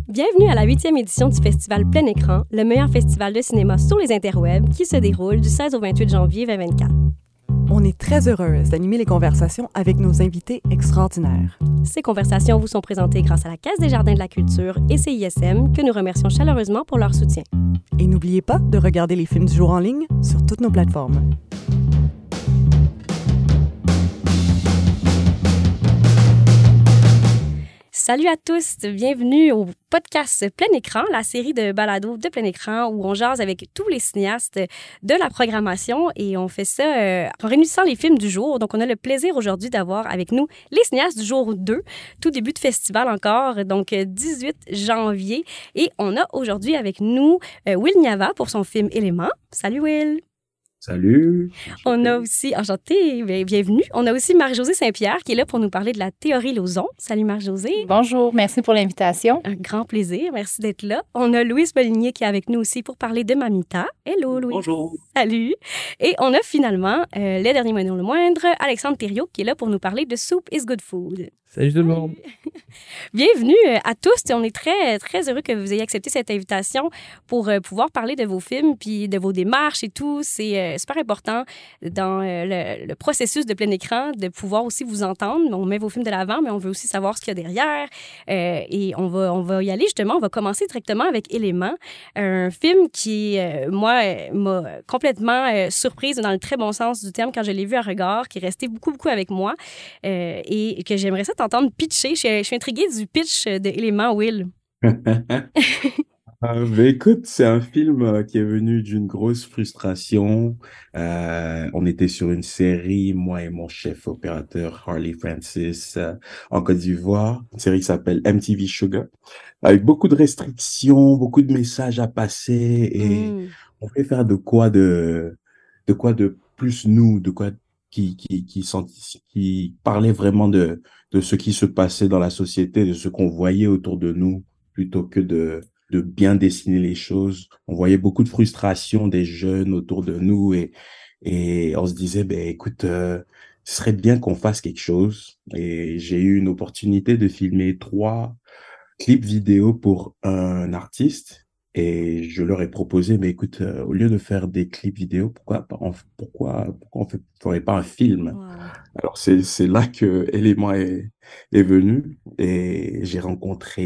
Bienvenue à la 8e édition du festival Plein Écran, le meilleur festival de cinéma sur les interwebs qui se déroule du 16 au 28 janvier 2024. On est très heureuse d'animer les conversations avec nos invités extraordinaires. Ces conversations vous sont présentées grâce à la Caisse des Jardins de la Culture et CISM, que nous remercions chaleureusement pour leur soutien. Et n'oubliez pas de regarder les films du jour en ligne sur toutes nos plateformes. Salut à tous, bienvenue au podcast Plein Écran, la série de balados de Plein Écran où on jase avec tous les cinéastes de la programmation et on fait ça en réunissant les films du jour. Donc, on a le plaisir aujourd'hui d'avoir avec nous les cinéastes du jour 2, tout début de festival encore, donc 18 janvier. Et on a aujourd'hui avec nous Will Niava pour son film Éléments. Salut Will! Salut! On a aussi, enchanté, bienvenue. On a aussi Marie-Josée Saint-Pierre qui est là pour nous parler de la théorie Lauzon. Salut Marie-Josée. Bonjour, merci pour l'invitation. Un grand plaisir, merci d'être là. On a Louise Molinier qui est avec nous aussi pour parler de Mamita. Hello Louise. Bonjour. Salut. Et on a finalement, le dernier mais non le moindre, Alexandre Thériault qui est là pour nous parler de Soup is Good Food. Salut tout le monde. Bienvenue à tous. On est très, très heureux que vous ayez accepté cette invitation pour pouvoir parler de vos films puis de vos démarches et tout. C'est super important dans le processus de Plein Écran de pouvoir aussi vous entendre. On met vos films de l'avant, mais on veut aussi savoir ce qu'il y a derrière. Et on va y aller justement. On va commencer directement avec Éléments, un film qui, moi, m'a complètement surprise dans le très bon sens du terme quand je l'ai vu à regard, qui est resté beaucoup, beaucoup avec moi et que j'aimerais ça t'entendre pitcher. Je suis intriguée du pitch de Éléments, Will. Écoute, c'est un film qui est venu d'une grosse frustration. On était sur une série, moi et mon chef opérateur Harley Francis, en Côte d'Ivoire. Une série qui s'appelle MTV Sugar, avec beaucoup de restrictions, beaucoup de messages à passer et on voulait faire de quoi de plus nous, de quoi qui parlait vraiment de ce qui se passait dans la société, de ce qu'on voyait autour de nous, plutôt que de bien dessiner les choses. On voyait beaucoup de frustration des jeunes autour de nous et on se disait, ben écoute, ce serait bien qu'on fasse quelque chose. Et j'ai eu une opportunité de filmer 3 clips vidéo pour un artiste. Et je leur ai proposé, mais écoute, au lieu de faire des clips vidéo, pourquoi on ferait pas un film? Wow. Alors, c'est là que Élément est venu et j'ai rencontré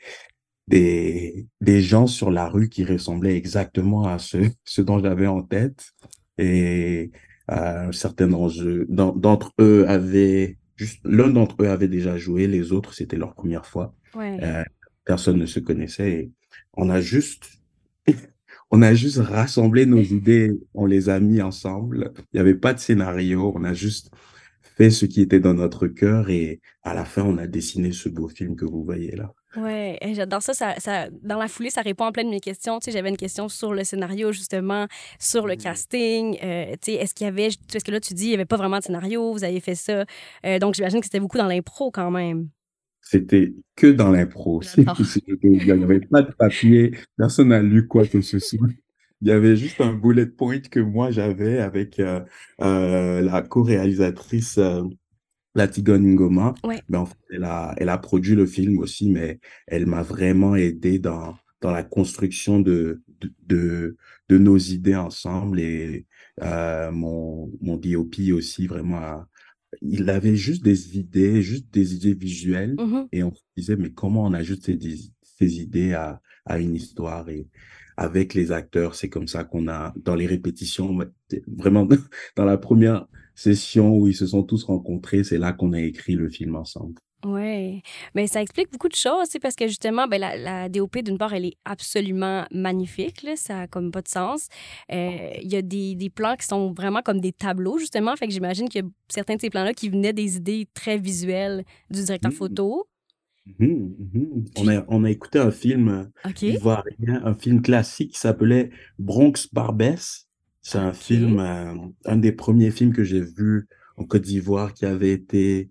des gens sur la rue qui ressemblaient exactement à ce dont j'avais en tête. Et certains d'entre eux l'un d'entre eux avait déjà joué, les autres, c'était leur première fois. Ouais. Personne ne se connaissait et on a juste rassemblé nos idées, on les a mis ensemble. Il n'y avait pas de scénario, on a juste fait ce qui était dans notre cœur et à la fin, on a dessiné ce beau film que vous voyez là. Ouais, j'adore ça, dans la foulée, ça répond à plein de mes questions. Tu sais, j'avais une question sur le scénario, justement, sur le casting. Tu sais, est-ce que là, tu dis, il n'y avait pas vraiment de scénario, vous avez fait ça. Donc, j'imagine que c'était beaucoup dans l'impro quand même. C'était que dans l'impro. D'accord. Il n'y avait pas de papier, personne n'a lu quoi que ce soit. Il y avait juste un bullet point que moi j'avais avec la co-réalisatrice Latigone Ngoma. Ouais. Ben, en fait, elle a produit le film aussi, mais elle m'a vraiment aidé dans la construction de nos idées ensemble et mon DOP aussi vraiment il avait juste des idées visuelles Mm-hmm. et on se disait mais comment on ajoute ces idées à une histoire et avec les acteurs, c'est comme ça qu'on a dans les répétitions vraiment dans la première session où ils se sont tous rencontrés, c'est là qu'on a écrit le film ensemble. Oui, mais ça explique beaucoup de choses, tu sais, parce que justement, ben, la DOP, d'une part, elle est absolument magnifique, là, ça n'a comme pas de sens. Il y a des plans qui sont vraiment comme des tableaux, justement, fait que j'imagine qu'il y a certains de ces plans-là qui venaient des idées très visuelles du directeur photo. On a écouté un film OK. ivoirien, un film classique qui s'appelait Bronx Barbès. C'est un film, un des premiers films que j'ai vu en Côte d'Ivoire qui avait été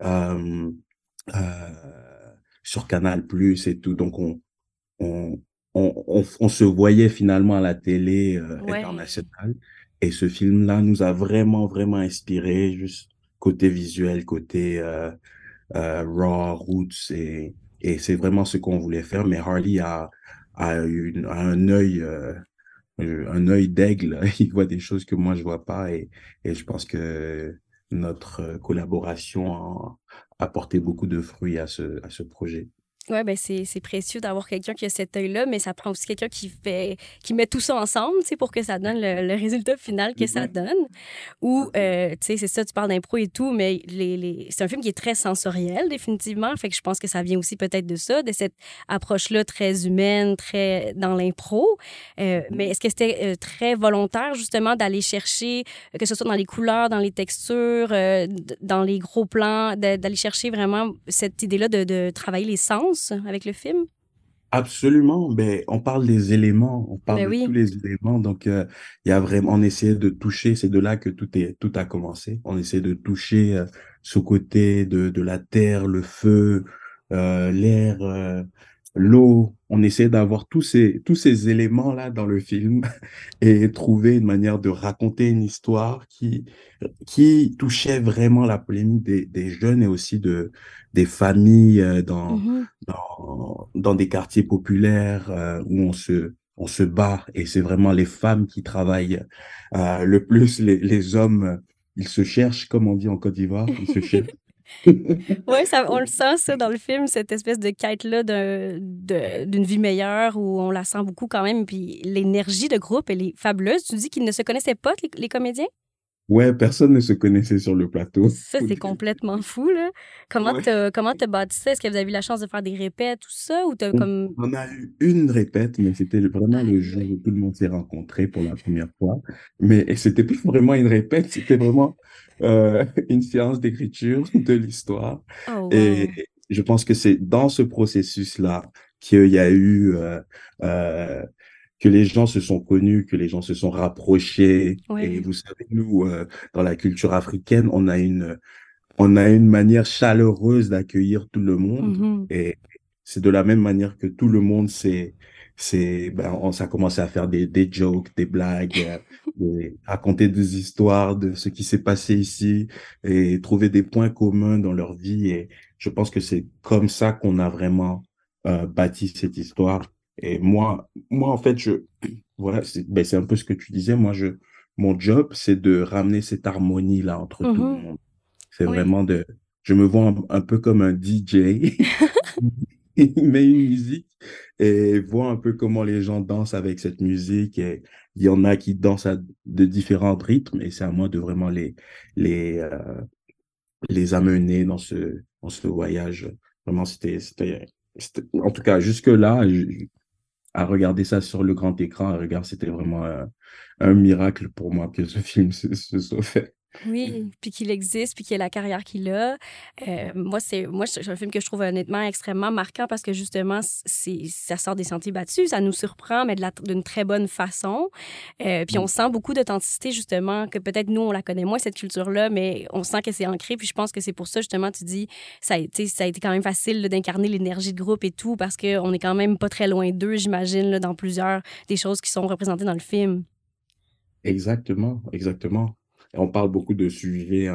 sur Canal+ et tout. Donc, on se voyait finalement à la télé Ouais. internationale. Et ce film-là nous a vraiment, vraiment inspiré, juste côté visuel, côté raw, roots et et c'est vraiment ce qu'on voulait faire. Mais Harley a un œil d'aigle. Il voit des choses que moi je vois pas, et je pense que notre collaboration a apporté beaucoup de fruits à ce projet. Ouais, ben c'est précieux d'avoir quelqu'un qui a cet œil-là, mais ça prend aussi quelqu'un qui met tout ça ensemble, tu sais, pour que ça donne le résultat final que ça donne. Ou, tu sais, c'est ça, tu parles d'impro et tout, mais c'est un film qui est très sensoriel, définitivement. Fait que je pense que ça vient aussi peut-être de ça, de cette approche-là très humaine, très dans l'impro. Mais est-ce que c'était très volontaire, justement, d'aller chercher, que ce soit dans les couleurs, dans les textures, dans les gros plans, d'aller chercher vraiment cette idée-là de travailler les sens avec le film? Absolument, ben, on parle des éléments, on parle Ben de tous oui. les éléments, donc il y a vraiment, on essaie de toucher, c'est de là que tout a commencé. On essaie de toucher ce côté de la terre, le feu, l'air, l'eau. On essaie d'avoir tous ces éléments-là dans le film et trouver une manière de raconter une histoire qui touchait vraiment la polémique des jeunes et aussi des familles Mhm. dans des quartiers populaires où on se bat, et c'est vraiment les femmes qui travaillent le plus. Les hommes, ils se cherchent, comme on dit en Côte d'Ivoire, ils se cherchent. Oui, on le sent, ça, dans le film, cette espèce de quête-là d'une vie meilleure où on la sent beaucoup quand même. Puis l'énergie de groupe, elle est fabuleuse. Tu dis qu'ils ne se connaissaient pas, les comédiens? Ouais, personne ne se connaissait sur le plateau. Ça, c'est complètement fou, là. Ouais. Comment t'as bâti ça? Est-ce que vous avez eu la chance de faire des répètes, tout ça? Ou t'as On comme... on a eu une répète, mais c'était vraiment le Aïe, jour aïe. où tout le monde s'est rencontré pour la première fois. Mais c'était pas vraiment une répète, c'était vraiment une séance d'écriture de l'histoire. Oh, Et wow. je pense que c'est dans ce processus-là qu'il y a eu, euh, que les gens se sont connus, que les gens se sont rapprochés. Et Ouais. vous savez, nous, dans la culture africaine, on a une manière chaleureuse d'accueillir tout le monde, Mhm. et c'est de la même manière que tout le monde ça a commencé à faire des jokes, des blagues, raconter des histoires de ce qui s'est passé ici et trouver des points communs dans leur vie. Et je pense que c'est comme ça qu'on a vraiment bâti cette histoire. Et moi en fait, voilà, c'est un peu ce que tu disais. Mon job, c'est de ramener cette harmonie-là entre tout le Mhm. monde. C'est Oui. vraiment je me vois un peu comme un DJ. Il met une musique et voit un peu comment les gens dansent avec cette musique. Et il y en a qui dansent de différents rythmes, et c'est à moi de vraiment les, euh, les amener dans ce voyage. Vraiment, en tout cas, jusque-là, à regarder ça sur le grand écran, c'était vraiment un miracle pour moi que ce film se soit fait. Oui, puis qu'il existe, puis qu'il ait la carrière qu'il a. C'est un film que je trouve honnêtement extrêmement marquant parce que justement, ça sort des sentiers battus, ça nous surprend, mais d'une très bonne façon. Puis on sent beaucoup d'authenticité, justement, que peut-être nous, on la connaît moins, cette culture-là, mais on sent que c'est ancré. Puis je pense que c'est pour ça, justement, tu dis, ça a été quand même facile là, d'incarner l'énergie de groupe et tout, parce qu'on est quand même pas très loin d'eux, j'imagine, là, dans plusieurs des choses qui sont représentées dans le film. Exactement, exactement. Et on parle beaucoup de sujets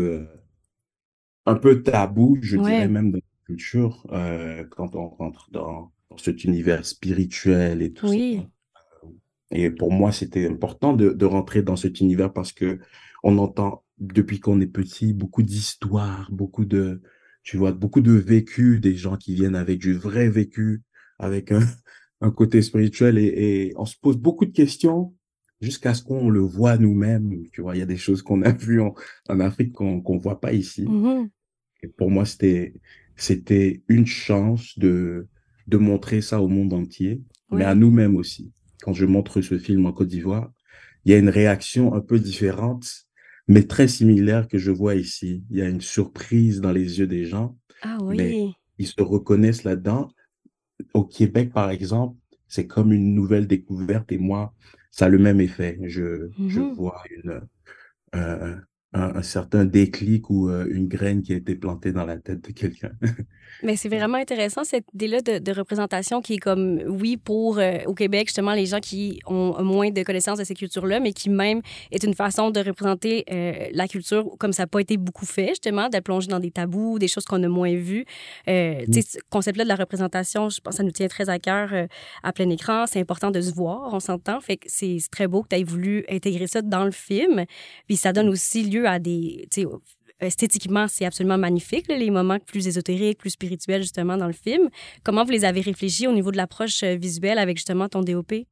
un peu tabous, je dirais Ouais, même dans la culture, quand on rentre dans cet univers spirituel et tout ça. oui. Et pour moi, c'était important de rentrer dans cet univers parce que on entend depuis qu'on est petit beaucoup d'histoires, tu vois, beaucoup de vécus, des gens qui viennent avec du vrai vécu, avec un côté spirituel, et on se pose beaucoup de questions jusqu'à ce qu'on le voit nous-mêmes. Tu vois, il y a des choses qu'on a vues en Afrique qu'on voit pas ici. Mhm. Et pour moi, c'était une chance de montrer ça au monde entier, mais à Ouais. nous-mêmes aussi. Quand je montre ce film en Côte d'Ivoire, il y a une réaction un peu différente, mais très similaire que je vois ici. Il y a une surprise dans les yeux des gens, Ah mais oui. ils se reconnaissent là-dedans. Au Québec, par exemple, c'est comme une nouvelle découverte, et moi, ça a le même effet. Je Mhm. vois un certain déclic ou une graine qui a été plantée dans la tête de quelqu'un. Mais c'est vraiment intéressant, cette idée-là de représentation qui est comme, oui, pour, au Québec, justement, les gens qui ont moins de connaissances de ces cultures-là, mais qui même est une façon de représenter la culture comme ça n'a pas été beaucoup fait, justement, de plonger dans des tabous, des choses qu'on a moins vues. Tu sais, ce concept-là de la représentation, je pense que ça nous tient très à cœur à plein écran. C'est important de se voir, on s'entend. Fait que c'est très beau que tu aies voulu intégrer ça dans le film. Puis ça donne aussi lieu à des... Tu sais, esthétiquement, c'est absolument magnifique, là, les moments plus ésotériques, plus spirituels, justement, dans le film. Comment vous les avez réfléchis au niveau de l'approche visuelle avec, justement, ton DOP?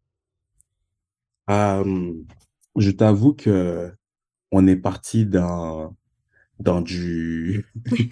Euh, je t'avoue que on est parti dans du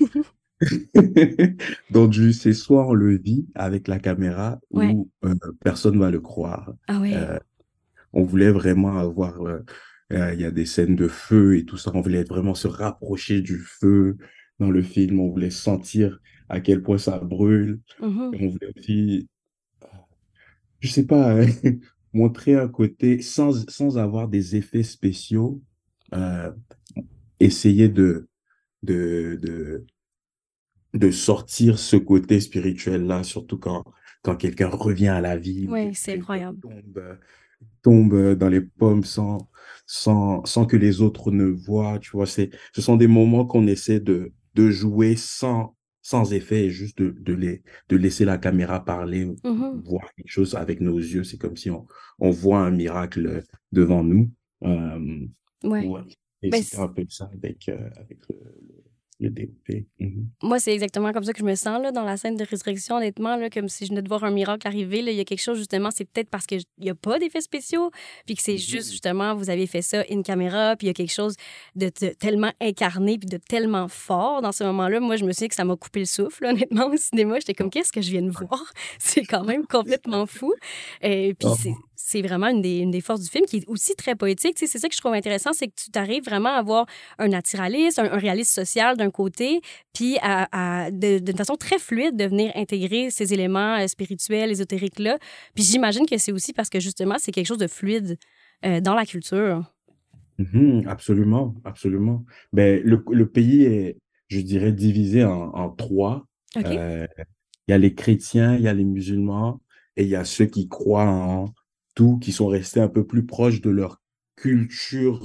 dans du c'est soit on le vit avec la caméra Ouais. ou personne va le croire. Ah ouais. Euh, on voulait vraiment avoir il y a des scènes de feu et tout ça, on voulait vraiment se rapprocher du feu dans le film, on voulait sentir à quel point ça brûle. Mhm. Et on voulait aussi, je sais pas, montrer un côté sans avoir des effets spéciaux, euh, essayer de, de, de sortir ce côté spirituel-là, surtout quand quelqu'un revient à la vie ou Ouais, que c'est quelqu'un incroyable. tombe dans les pommes sans que les autres ne voient, tu vois, ce sont des moments qu'on essaie de jouer sans effet et juste de laisser la caméra parler, Mhm. voir quelque chose avec nos yeux. C'est comme si on voit un miracle devant nous. Euh, Ouais. ouais. Et Ben, c'était un peu ça avec le DP. Mhm. moi, c'est exactement comme ça que je me sens là, dans la scène de résurrection, honnêtement, là, comme si je venais de voir un miracle arriver. Là. Il y a quelque chose, justement, c'est peut-être parce qu'il n'y a pas d'effets spéciaux, puis que c'est juste, justement, vous avez fait ça in caméra, puis il y a quelque chose de tellement incarné, puis de tellement fort dans ce moment-là. Moi, je me souviens que ça m'a coupé le souffle, là, honnêtement, au cinéma. J'étais comme, qu'est-ce que je viens de voir? C'est quand même complètement fou. Et puis, Oh. c'est vraiment une des forces du film qui est aussi très poétique. Tu sais, c'est ça que je trouve intéressant, c'est que tu t'arrives vraiment à avoir un naturalisme, un réalisme social d'un côté, puis d'une façon très fluide de venir intégrer ces éléments spirituels, ésotériques-là. Puis j'imagine que c'est aussi parce que justement, c'est quelque chose de fluide dans la culture. Mhm, absolument, absolument. Ben, le pays est, je dirais, divisé en trois. OK? Euh, Il y a les chrétiens, il y a les musulmans et il y a ceux qui croient en tout, qui sont restés un peu plus proches de leur culture,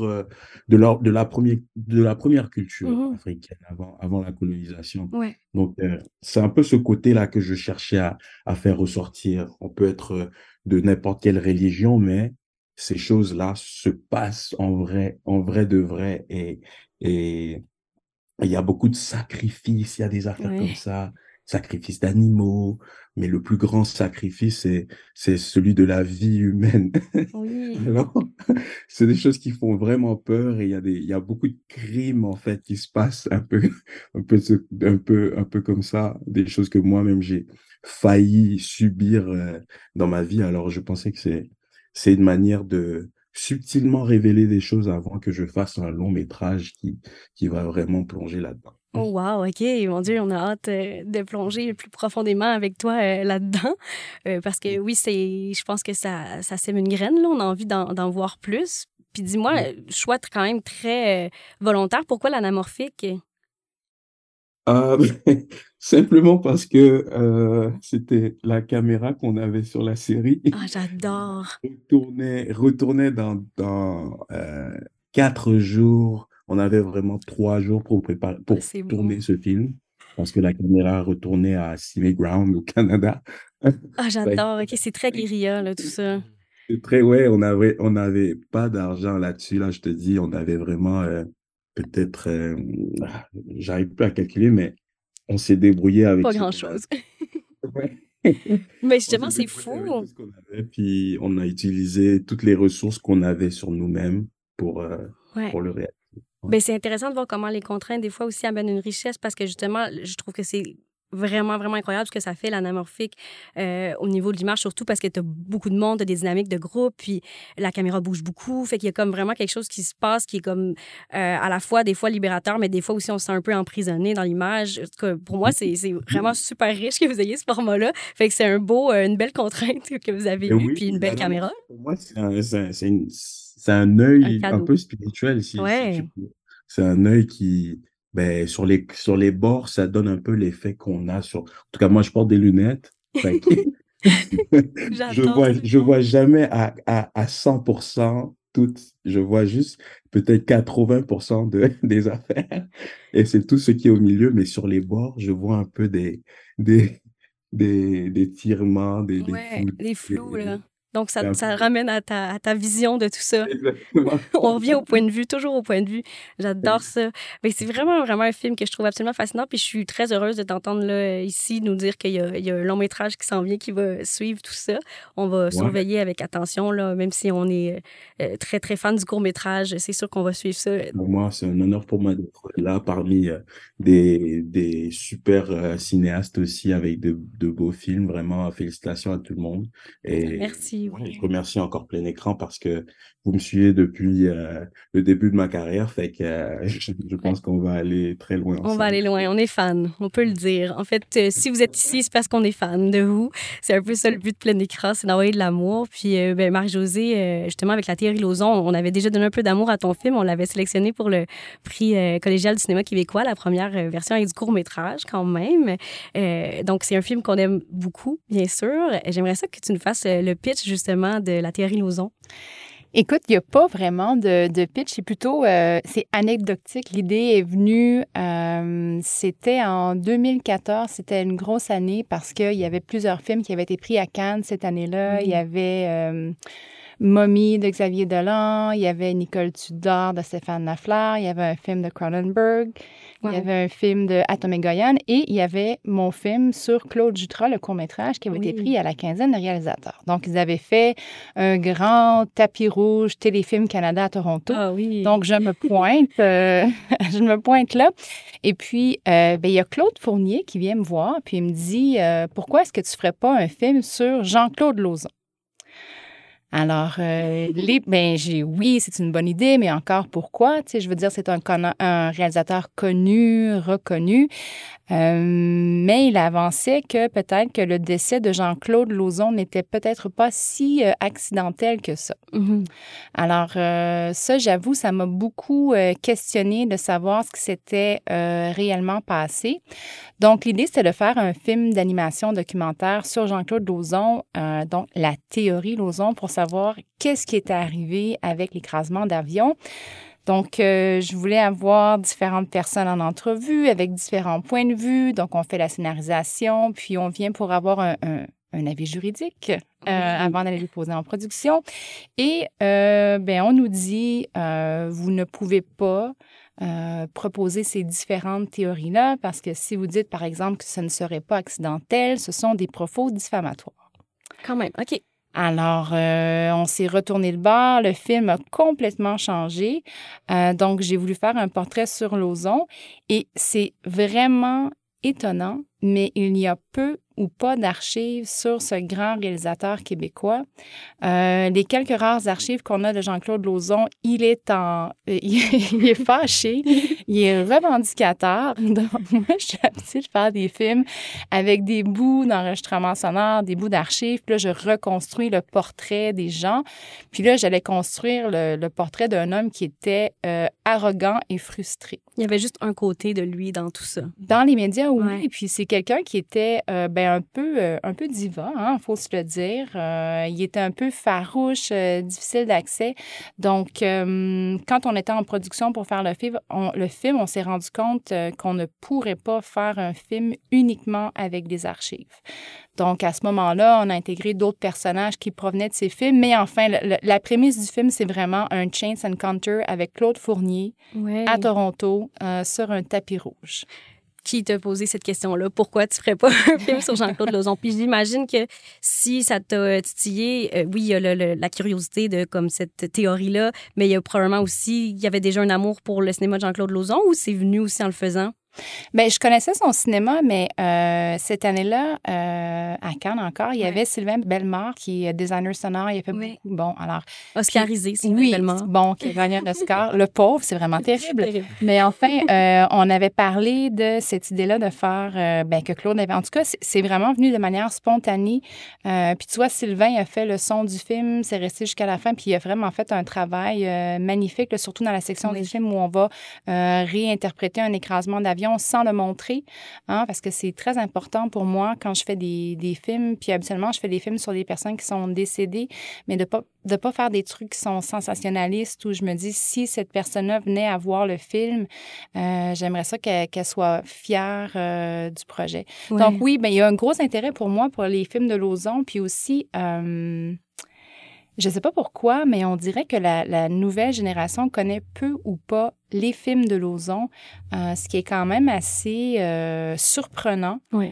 de la première culture Mhm. africaine avant la colonisation. Ouais. Donc, c'est un peu ce côté-là que je cherchais à faire ressortir. On peut être de n'importe quelle religion, mais ces choses-là se passent en vrai de vrai et il y a beaucoup de sacrifices, il y a des affaires comme Ouais. ça, sacrifices d'animaux, mais le plus grand sacrifice, c'est celui de la vie humaine. Oui. Alors, c'est des choses qui font vraiment peur et il y a beaucoup de crimes, en fait, qui se passent un peu comme ça, des choses que moi-même j'ai failli subir, dans ma vie. Alors, je pensais que c'est une manière de subtilement révéler des choses avant que je fasse un long métrage qui va vraiment plonger là-dedans. Oh wow, OK, mon Dieu, on a hâte de plonger plus profondément avec toi là-dedans. Parce que oui, je pense que ça sème une graine, là. On a envie d'en voir plus. Puis dis-moi, choix quand même très volontaire. Pourquoi l'anamorphique? Euh, simplement parce que c'était la caméra qu'on avait sur la série. Ah, j'adore. Retournait dans 4 jours. On avait vraiment 3 jours Ah, pour c'est beau. tourner ce film parce que la caméra retournait à Simi Ground au Canada. Ah, Fait j'adore. que, OK, c'est très guérilla, là, tout ça. c'est très, ouais, on avait pas d'argent là-dessus. Là, je te dis, on avait vraiment peut-être, j'arrive plus à calculer, mais on s'est débrouillé avec Pas ce qu'on avait. grand-chose. Ouais. Mais On justement, s'est c'est débrouillé avec tout fou. ce qu'on avait, puis on a utilisé toutes les ressources qu'on avait sur nous-mêmes Ouais. pour le réaliser. Ouais. Ben, c'est intéressant de voir comment les contraintes, des fois, aussi amènent une richesse parce que justement, je trouve que c'est vraiment, vraiment incroyable ce que ça fait, l'anamorphique, au niveau de l'image, surtout parce que tu as beaucoup de monde, t'as des dynamiques de groupe, puis la caméra bouge beaucoup. Fait qu'il y a comme vraiment quelque chose qui se passe qui est comme à la fois, des fois, libérateur, mais des fois aussi, on se sent un peu emprisonné dans l'image. En tout cas, pour moi, c'est vraiment super riche que vous ayez ce format-là. Fait que c'est une belle contrainte que vous avez Et eue, oui, puis une belle non, non, caméra, pour moi, c'est un un œil un cadeau. peu spirituel, si Ouais. tu peux. C'est un œil qui, ben, sur les bords, ça donne un peu l'effet qu'on a sur... En tout cas, moi, je porte des lunettes. Fait que J'adore ça. je vois jamais à 100% toutes. Je vois juste peut-être 80% des affaires. Et c'est tout ce qui est au milieu. Mais sur les bords, je vois un peu des, des tirements, des Ouais, flous. les flous, là. des- Donc, un ça peu- ramène à ta vision de tout ça. Exactement. On revient au point de vue, toujours au point de vue. J'adore ça. Mais c'est vraiment, vraiment un film que je trouve absolument fascinant. Puis je suis très heureuse de t'entendre là, ici nous dire il y a un long métrage qui s'en vient, qui va suivre tout ça. On va Ouais. surveiller avec attention, là, même si on est très, très fan du court métrage. C'est sûr qu'on va suivre ça. Pour moi, c'est un honneur pour moi d'être là parmi des super cinéastes aussi avec de beaux films. Vraiment, félicitations à tout le monde. Et Merci. ouais, je remercie encore Plein Écran parce que vous me suivez depuis le début de ma carrière. Fait que je pense qu'on va aller très loin On va ensemble. aller loin, on est fan, on peut le dire. En fait, si vous êtes ici, c'est parce qu'on est fan de vous. C'est un peu ça le but de Plein Écran, c'est d'envoyer de l'amour. Puis, ben, Marie-Josée, justement, avec La Théorie Lauzon, on avait déjà donné un peu d'amour à ton film. On l'avait sélectionné pour le prix collégial du cinéma québécois, la première version avec du court-métrage quand même. Donc, c'est un film qu'on aime beaucoup, bien sûr. J'aimerais ça que tu nous fasses le pitch, justement, de La Théorie Lauzon. Écoute, il n'y a pas vraiment de pitch, c'est plutôt, c'est anecdotique. L'idée est venue, c'était en 2014, c'était une grosse année parce qu'il y avait plusieurs films qui avaient été pris à Cannes cette année-là. Il y avait Mommy de Xavier Dolan, il y avait Nicole Tudor de Stéphane Lafleur, il y avait un film de Cronenberg, il y avait un film de Atom Goyan et il y avait mon film sur Claude Jutras, le court-métrage, qui avait été pris à la quinzaine de réalisateurs. Donc, ils avaient fait un grand tapis rouge Téléfilm Canada à Toronto. Ah oui. Donc, je me pointe, je me pointe là. Et puis, ben, il y a Claude Fournier qui vient me voir, puis il me dit pourquoi est-ce que tu ne ferais pas un film sur Jean-Claude Lauzon? Alors, oui, c'est une bonne idée, mais encore pourquoi? Tu sais, je veux dire, c'est un réalisateur connu, reconnu, mais il avançait que peut-être que le décès de Jean-Claude Lauzon n'était peut-être pas si accidentel que ça. Mm-hmm. Alors, ça, j'avoue, ça m'a beaucoup questionné de savoir ce qui s'était réellement passé. Donc, l'idée, c'était de faire un film d'animation documentaire sur Jean-Claude Lauzon, donc la théorie Lauzon, pour savoir qu'est-ce qui était arrivé avec l'écrasement d'avion. Donc, je voulais avoir différentes personnes en entrevue avec différents points de vue. Donc, on fait la scénarisation, puis on vient pour avoir un avis juridique avant d'aller le poser en production. Et ben, on nous dit, vous ne pouvez pas proposer ces différentes théories-là parce que si vous dites, par exemple, que ce ne serait pas accidentel, ce sont des propos diffamatoires. Quand même, OK. Alors, on s'est retourné le bord. Le film a complètement changé. Donc, j'ai voulu faire un portrait sur Lauzon et c'est vraiment étonnant, mais il n'y a peu ou pas d'archives sur ce grand réalisateur québécois. Les quelques rares archives qu'on a de Jean-Claude Lauzon, il est fâché, il est revendicateur. Donc, moi, je suis habituée de faire des films avec des bouts d'enregistrement sonore, des bouts d'archives. Puis là, je reconstruis le portrait des gens. Puis là, j'allais construire le portrait d'un homme qui était arrogant et frustré. Il y avait juste un côté de lui dans tout ça. Dans les médias, oui. Ouais. Puis c'est quelqu'un qui était un peu diva, hein, faut se le dire. Il était un peu farouche, difficile d'accès. Donc, quand on était en production pour faire le film, on s'est rendu compte qu'on ne pourrait pas faire un film uniquement avec des archives. Donc, à ce moment-là, on a intégré d'autres personnages qui provenaient de ces films. Mais enfin, la prémisse du film, c'est vraiment un Chase Encounter avec Claude Fournier à Toronto sur un tapis rouge. Qui t'a posé cette question-là? Pourquoi tu ferais pas un film sur Jean-Claude Lauzon? Puis j'imagine que si ça t'a titillé, oui, il y a la curiosité de comme cette théorie-là, mais il y a probablement aussi, il y avait déjà un amour pour le cinéma de Jean-Claude Lauzon ou c'est venu aussi en le faisant? Bien, je connaissais son cinéma, mais cette année-là, à Cannes encore, il y avait Sylvain Bellemare, qui est designer sonore. Il a fait beaucoup. Bon, alors... Oscarisé, Sylvain Bellemare. Bon, qui a gagné un Oscar. Le pauvre, c'est vraiment terrible. Mais enfin, on avait parlé de cette idée-là de faire... que Claude avait... En tout cas, c'est vraiment venu de manière spontanée. Puis tu vois, Sylvain a fait le son du film, c'est resté jusqu'à la fin, puis il a vraiment fait un travail magnifique, là, surtout dans la section des films où on va réinterpréter un écrasement d'avion sans le montrer, hein, parce que c'est très important pour moi quand je fais des films, puis habituellement, je fais des films sur des personnes qui sont décédées, mais de pas faire des trucs qui sont sensationnalistes où je me dis, si cette personne-là venait à voir le film, j'aimerais ça qu'elle soit fière du projet. Ouais. Donc oui, il y a un gros intérêt pour moi pour les films de Lauzon, puis aussi... je ne sais pas pourquoi, mais on dirait que la nouvelle génération connaît peu ou pas les films de Lauzon, ce qui est quand même assez surprenant. Oui.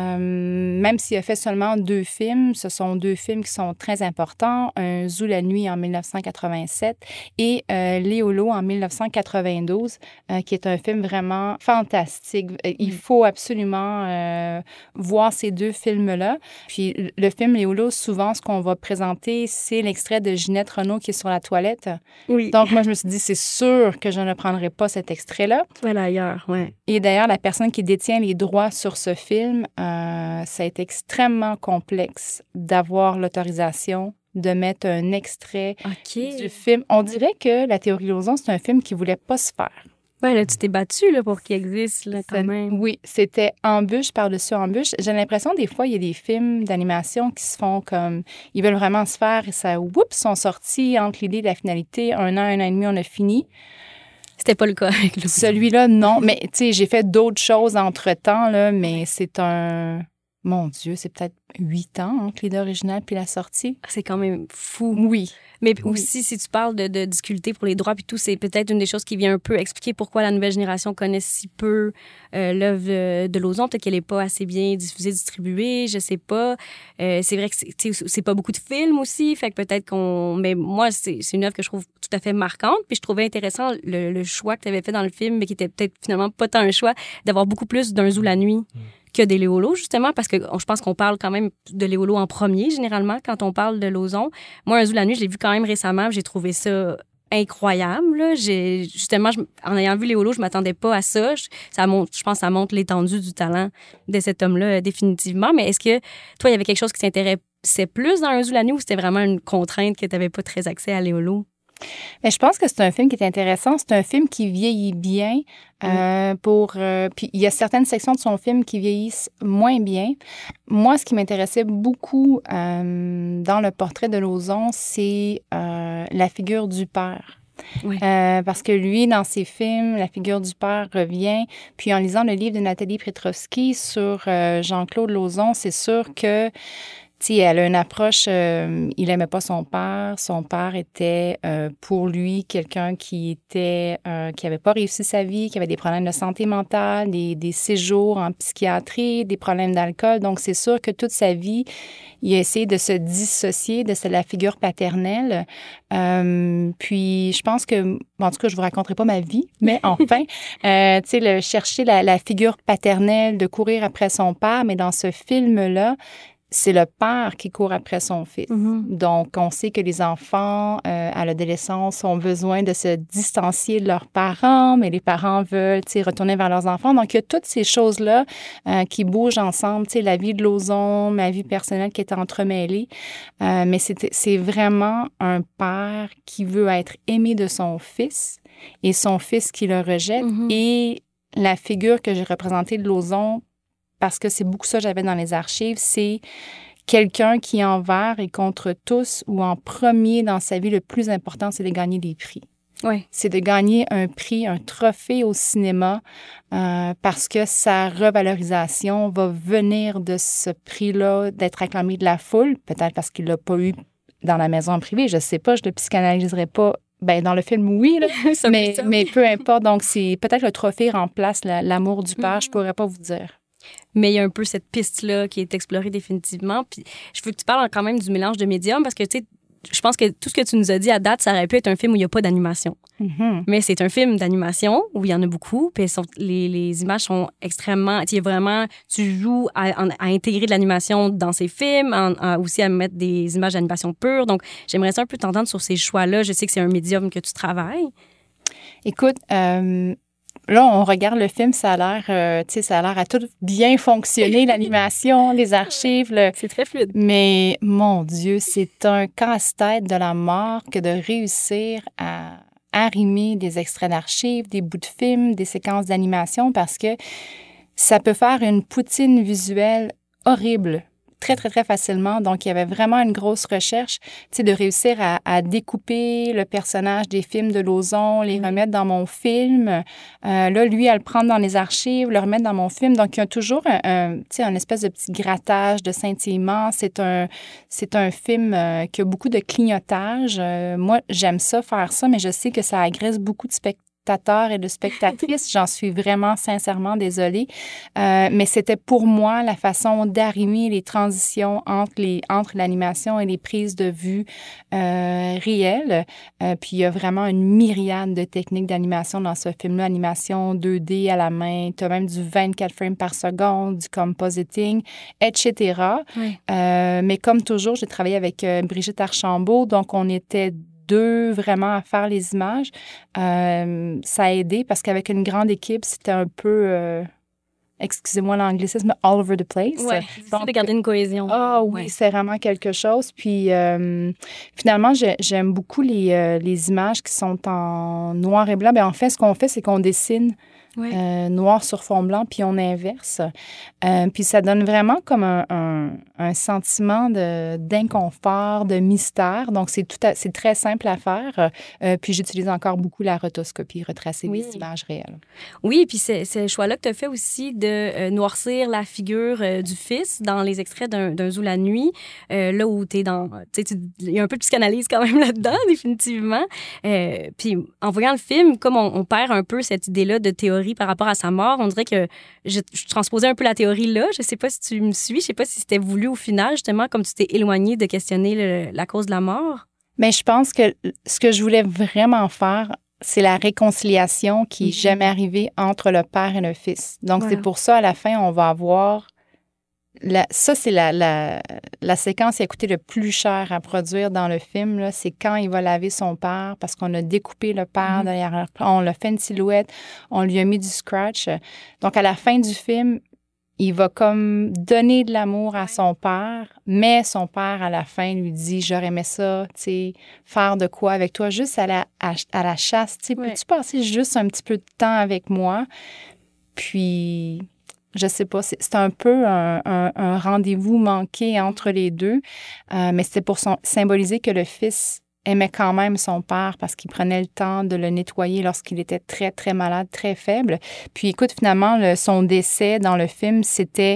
Même s'il a fait seulement 2 films, ce sont 2 films qui sont très importants. Un Zou la nuit en 1987 et Léolo en 1992, qui est un film vraiment fantastique. Il faut absolument voir ces 2 films-là. Puis le film Léolo, souvent, ce qu'on va présenter, c'est l'extrait de Ginette Renault qui est sur la toilette. Oui. Donc, moi, je me suis dit, c'est sûr que je ne prendrai pas cet extrait-là. Voilà, ailleurs, oui. Et d'ailleurs, la personne qui détient les droits sur ce film, ça a été extrêmement complexe d'avoir l'autorisation de mettre un extrait du film. On dirait que La théorie Lauzon, c'est un film qui ne voulait pas se faire. Oui, là, tu t'es battu là, pour qu'il existe là, quand même. Oui, c'était embûche par-dessus embûche. J'ai l'impression, des fois, il y a des films d'animation qui se font comme... Ils veulent vraiment se faire et ça, oups, sont sortis entre l'idée et la finalité. 1 an et demi, on a fini. C'était pas le cas avec Lauzon. Celui-là, non. Mais, tu sais, j'ai fait d'autres choses entre-temps, là, mais c'est un... Mon Dieu, c'est peut-être 8 ans entre l'idée originale puis la sortie. C'est quand même fou. Oui. Mais aussi, si tu parles de difficultés pour les droits puis tout, c'est peut-être une des choses qui vient un peu expliquer pourquoi la nouvelle génération connaît si peu l'œuvre de Lauzon. Peut-être qu'elle n'est pas assez bien diffusée, distribuée, je sais pas. C'est vrai que c'est pas beaucoup de films aussi, fait que peut-être qu'on... Mais moi, c'est une œuvre que je trouve tout à fait marquante, puis je trouvais intéressant le choix que tu avais fait dans le film, mais qui était peut-être finalement pas tant un choix, d'avoir beaucoup plus d'un Zou la nuit que des Léolo, justement, parce que je pense qu'on parle quand même de Léolo en premier, généralement, quand on parle de Lauzon. Moi, un Zou la nuit, je l'ai vu quand même récemment, j'ai trouvé ça incroyable. Là. Justement, en ayant vu Léolo, je m'attendais pas à ça. Je pense que ça montre l'étendue du talent de cet homme-là, définitivement. Mais est-ce que, toi, il y avait quelque chose qui t'intéressait plus dans un Zou la nuit ou c'était vraiment une contrainte que tu n'avais pas très accès à Léolo? Mais je pense que c'est un film qui est intéressant. C'est un film qui vieillit bien. Puis il y a certaines sections de son film qui vieillissent moins bien. Moi, ce qui m'intéressait beaucoup dans le portrait de Lauzon, c'est la figure du père. Oui. Parce que lui, dans ses films, la figure du père revient. Puis en lisant le livre de Nathalie Petrovski sur Jean-Claude Lauzon, c'est sûr que elle a une approche, il n'aimait pas son père. Son père était, pour lui, quelqu'un qui n'avait pas réussi sa vie, qui avait des problèmes de santé mentale, des séjours en psychiatrie, des problèmes d'alcool. Donc, c'est sûr que toute sa vie, il a essayé de se dissocier de la figure paternelle. Puis, je pense que, en tout cas, je ne vous raconterai pas ma vie, mais enfin, chercher la figure paternelle, de courir après son père, mais dans ce film-là, c'est le père qui court après son fils. Mm-hmm. Donc, on sait que les enfants, à l'adolescence, ont besoin de se distancier de leurs parents, mais les parents veulent, retourner vers leurs enfants. Donc, il y a toutes ces choses-là qui bougent ensemble. La vie de Lauzon, ma vie personnelle qui est entremêlée. Mais c'est vraiment un père qui veut être aimé de son fils et son fils qui le rejette. Mm-hmm. Et la figure que j'ai représentée de Lauzon, parce que c'est beaucoup ça que j'avais dans les archives, c'est quelqu'un qui envers et contre tous, ou en premier dans sa vie, le plus important, c'est de gagner des prix. Oui. C'est de gagner un prix, un trophée au cinéma, parce que sa revalorisation va venir de ce prix-là, d'être acclamé de la foule, peut-être parce qu'il ne l'a pas eu dans la maison privée, je ne sais pas, je ne le psychanalyserai pas. Ben, dans le film, oui, là, mais peu importe. Donc, c'est peut-être le trophée remplace l'amour du père, je ne pourrais pas vous dire. Mais il y a un peu cette piste-là qui est explorée définitivement. Puis je veux que tu parles quand même du mélange de médiums parce que, tu sais, je pense que tout ce que tu nous as dit à date, ça aurait pu être un film où il n'y a pas d'animation. Mhm. Mais c'est un film d'animation où il y en a beaucoup. Puis les images sont extrêmement... Tu joues à intégrer de l'animation dans ces films, aussi à mettre des images d'animation pure. Donc, j'aimerais ça un peu t'entendre sur ces choix-là. Je sais que c'est un médium que tu travailles. Écoute, là, on regarde le film, ça a l'air à tout bien fonctionner, l'animation, les archives. C'est très fluide. Mais, mon Dieu, c'est un casse-tête de la mort que de réussir à arrimer des extraits d'archives, des bouts de films, des séquences d'animation, parce que ça peut faire une poutine visuelle horrible très, très, très facilement. Donc, il y avait vraiment une grosse recherche, de réussir à découper le personnage des films de Lauzon, les remettre dans mon film. Là, lui, à le prendre dans les archives, le remettre dans mon film. Donc, il y a toujours un espèce de petit grattage, de scintillement. C'est un film qui a beaucoup de clignotage. Moi, j'aime ça, faire ça, mais je sais que ça agresse beaucoup de spectateurs et de spectatrices. J'en suis vraiment sincèrement désolée. Mais c'était pour moi la façon d'arrimer les transitions entre l'animation et les prises de vue réelles. Puis il y a vraiment une myriade de techniques d'animation dans ce film-là. Animation 2D à la main, tu as même du 24 frames par seconde, du compositing, etc. Oui. Mais comme toujours, j'ai travaillé avec Brigitte Archambault, donc on était deux vraiment à faire les images. Ça a aidé parce qu'avec une grande équipe, c'était un peu, excusez-moi l'anglicisme, all over the place. Oui, donc de garder une cohésion. Ah oui, c'est vraiment quelque chose. Puis finalement, j'aime beaucoup les images qui sont en noir et blanc. Bien, en fait, ce qu'on fait, c'est qu'on dessine noir sur fond blanc, puis on inverse. Puis ça donne vraiment comme un sentiment d'inconfort, de mystère. Donc, c'est très simple à faire. Puis j'utilise encore beaucoup la rotoscopie, retracer des images réelles. Oui, puis c'est ce choix-là que tu as fait aussi de noircir la figure du fils dans les extraits d'un Zoo la nuit, là où tu es dans... Il y a un peu de psychanalyse quand même là-dedans, définitivement. Puis en voyant le film, comme on perd un peu cette idée-là de théorie par rapport à sa mort, on dirait que je transposais un peu la théorie là. Je sais pas si tu me suis, je sais pas si c'était voulu au final, justement, comme tu t'es éloigné de questionner la cause de la mort. Mais je pense que ce que je voulais vraiment faire, c'est la réconciliation qui n'est jamais arrivée entre le père et le fils. Donc, c'est pour ça, à la fin, on va avoir... Ça, c'est la séquence qui a coûté le plus cher à produire dans le film. Là, c'est quand il va laver son père, parce qu'on a découpé le père derrière, on l'a fait une silhouette, on lui a mis du scratch. Donc, à la fin du film, il va comme donner de l'amour à son père, mais son père, à la fin, lui dit « J'aurais aimé ça, tu sais, faire de quoi avec toi, juste à la chasse, tu sais, peux-tu passer juste un petit peu de temps avec moi? » Puis... Je sais pas, c'est un peu un rendez-vous manqué entre les deux, mais c'était pour symboliser que le fils aimait quand même son père parce qu'il prenait le temps de le nettoyer lorsqu'il était très, très malade, très faible. Puis écoute, finalement, son décès dans le film, c'était...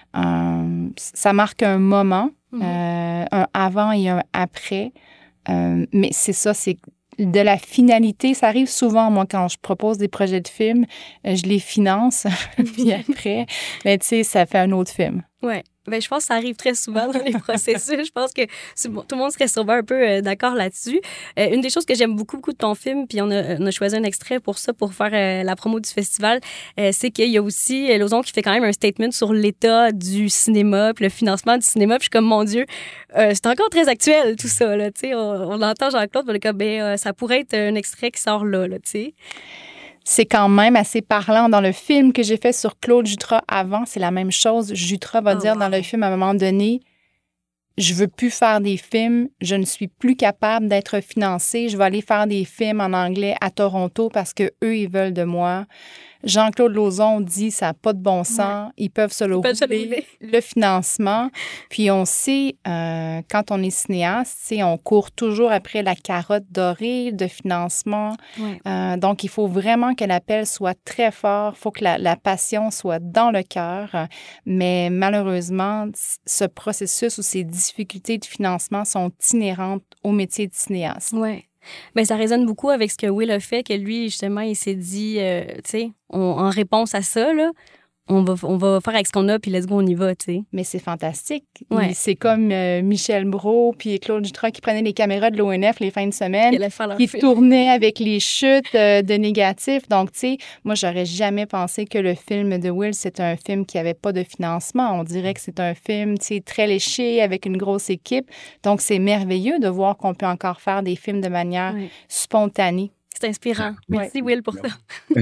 ça marque un moment, un avant et un après, mais c'est ça, c'est... De la finalité, ça arrive souvent, moi, quand je propose des projets de films, je les finance, puis après, mais tu sais, ça fait un autre film. Oui. Bien, je pense que ça arrive très souvent dans les processus. Je pense que tout le monde serait sûrement un peu d'accord là-dessus. Une des choses que j'aime beaucoup, beaucoup de ton film, puis on a choisi un extrait pour ça, pour faire la promo du festival, c'est qu'il y a aussi Lauzon qui fait quand même un statement sur l'état du cinéma, puis le financement du cinéma. Puis je suis comme, mon Dieu, c'est encore très actuel, tout ça, là, tu sais. On entend Jean-Claude, puis on est comme, ça pourrait être un extrait qui sort là, tu sais. C'est quand même assez parlant. Dans le film que j'ai fait sur Claude Jutras avant, c'est la même chose. Jutras va dire dans le film, à un moment donné, je veux plus faire des films, je ne suis plus capable d'être financée, je vais aller faire des films en anglais à Toronto parce que eux ils veulent de moi. Jean-Claude Lauzon dit ça n'a pas de bon sens, ils peuvent se le rouler, le financement. Puis on sait, quand on est cinéaste, on court toujours après la carotte dorée de financement. Donc, il faut vraiment que l'appel soit très fort, il faut que la passion soit dans le cœur. Mais malheureusement, ce processus ou ces difficultés de financement sont inhérentes au métier de cinéaste. Oui. Bien, ça résonne beaucoup avec ce que Will a fait, que lui, justement, il s'est dit, tu sais, en réponse à ça, là, on va faire avec ce qu'on a, puis let's go, on y va, tu sais. Mais c'est fantastique. Ouais. C'est comme Michel Brault puis Claude Jutras qui prenaient les caméras de l'ONF les fins de semaine, qui tournaient avec les chutes de négatifs. Donc, tu sais, moi, j'aurais jamais pensé que le film de Will, c'est un film qui avait pas de financement. On dirait que c'est un film, tu sais, très léché, avec une grosse équipe. Donc, c'est merveilleux de voir qu'on peut encore faire des films de manière spontanée. C'est inspirant. Merci, Will, pour ça.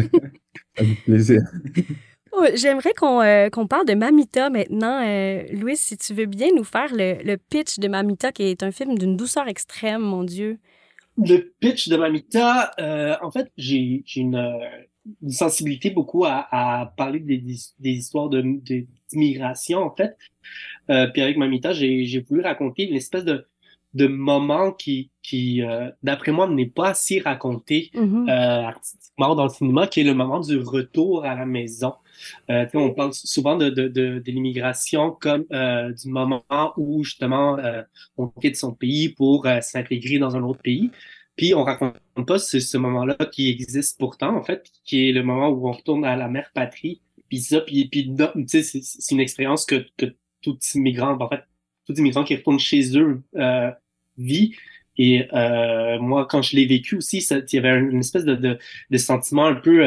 Avec plaisir. J'aimerais qu'on parle de Mamita maintenant. Louis, si tu veux bien nous faire le pitch de Mamita, qui est un film d'une douceur extrême, mon Dieu. Le pitch de Mamita, en fait, j'ai une sensibilité beaucoup à parler des histoires d'immigration, en fait. Puis avec Mamita, j'ai voulu raconter une espèce de moment qui d'après moi, n'est pas assez raconté artistiquement dans le cinéma, qui est le moment du retour à la maison. On parle souvent de l'immigration comme du moment où, justement, on quitte son pays pour s'intégrer dans un autre pays. Puis on raconte pas ce moment-là qui existe pourtant, en fait, qui est le moment où on retourne à la mère patrie. Puis ça, puis tu sais, c'est une expérience que tout immigrant, en fait, tout immigrant qui retourne chez eux vit. Et moi, quand je l'ai vécu aussi, il y avait une espèce de sentiment un peu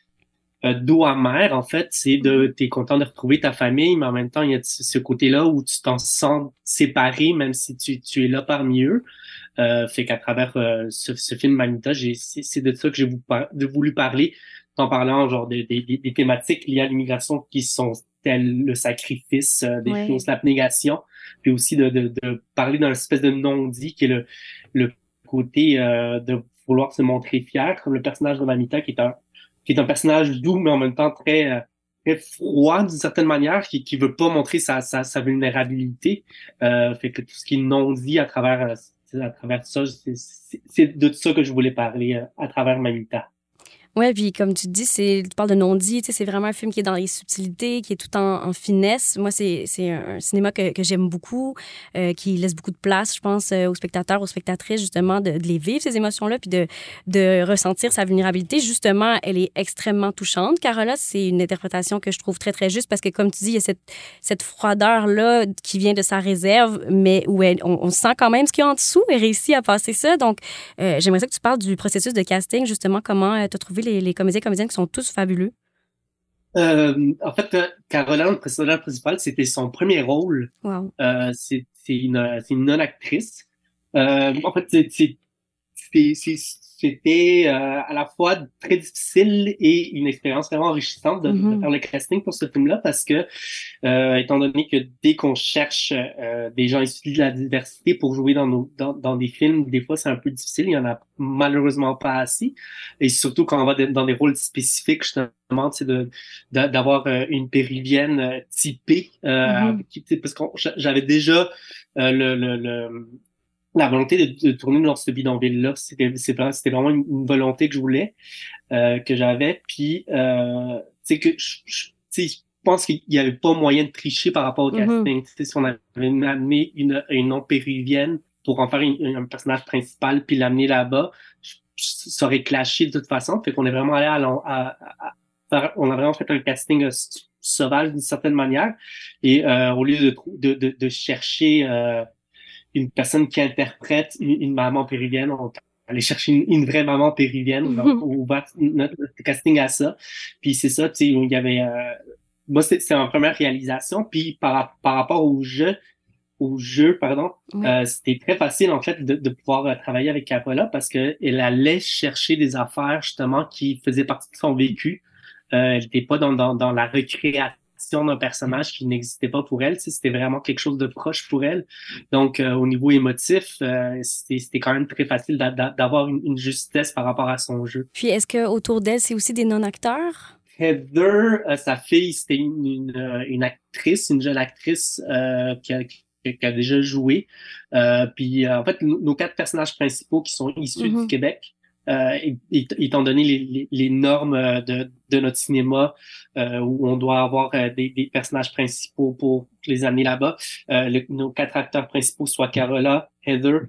doux amer, en fait. T'es content de retrouver ta famille, mais en même temps, il y a ce côté-là où tu t'en sens séparé, même si tu es là parmi eux. Fait qu'à travers ce film Mamita, c'est de ça que j'ai voulu parler, en parlant genre des thématiques liées à l'immigration qui sont telles le sacrifice, des choses, l'abnégation, puis aussi de parler d'un espèce de non-dit qui est le côté de vouloir se montrer fier, comme le personnage de Mamita qui est un personnage doux, mais en même temps très froid d'une certaine manière, qui veut pas montrer sa vulnérabilité. Fait que tout ce qui est non-dit à travers ça, c'est de ça que je voulais parler à travers Mamita. Ouais, puis comme tu dis, tu parles de non-dit, tu sais, c'est vraiment un film qui est dans les subtilités, qui est tout en finesse. Moi, c'est un cinéma que j'aime beaucoup, qui laisse beaucoup de place, je pense, aux spectateurs, aux spectatrices, justement, de les vivre, ces émotions-là, puis de ressentir sa vulnérabilité. Justement, elle est extrêmement touchante. Carola, c'est une interprétation que je trouve très, très juste parce que, comme tu dis, il y a cette froideur-là qui vient de sa réserve, mais où on sent quand même ce qu'il y a en dessous. Elle réussit à passer ça. Donc, j'aimerais ça que tu parles du processus de casting, justement, comment tu as trouvé les comédiens et comédiennes qui sont tous fabuleux. En fait, Caroline, le personnage principal, c'était son premier rôle. Wow. C'est une non-actrice. En fait, c'était à la fois très difficile et une expérience vraiment enrichissante de faire le casting pour ce film-là parce que, étant donné que dès qu'on cherche des gens issus de la diversité pour jouer dans des films, des fois c'est un peu difficile, il y en a malheureusement pas assez. Et surtout quand on va dans des rôles spécifiques, justement, c'est d'avoir une péruvienne typée, parce que j'avais déjà la volonté de tourner dans ce bidonville-là. C'était vraiment une volonté que je voulais, que j'avais. Puis, tu sais, je pense qu'il y avait pas moyen de tricher par rapport au casting. Tu sais, si on avait amené une non-péruvienne pour en faire un personnage principal puis l'amener là-bas, ça aurait clashé de toute façon. Fait qu'on est vraiment allé on a vraiment fait un casting sauvage d'une certaine manière. Et au lieu de chercher une personne qui interprète une maman péruvienne, on allait chercher une vraie maman péruvienne, on a ouvert notre casting à ça. Puis c'est ça, tu sais, il y avait moi c'était ma première réalisation, puis par rapport au jeu, c'était très facile en fait de pouvoir travailler avec Capola parce que elle allait chercher des affaires justement qui faisaient partie de son vécu. Elle n'était pas dans la recréation d'un personnage qui n'existait pas pour elle, c'était vraiment quelque chose de proche pour elle. Donc, au niveau émotif, c'était quand même très facile d'avoir une justesse par rapport à son jeu. Puis, est-ce que autour d'elle, c'est aussi des non-acteurs? Heather, sa fille, c'était une actrice, une jeune actrice qui a déjà joué. Puis, en fait, nos 4 personnages principaux qui sont issus du Québec, étant donné les normes de notre cinéma où on doit avoir des personnages principaux pour les amener là-bas, nos 4 acteurs principaux, soit Carola, Heather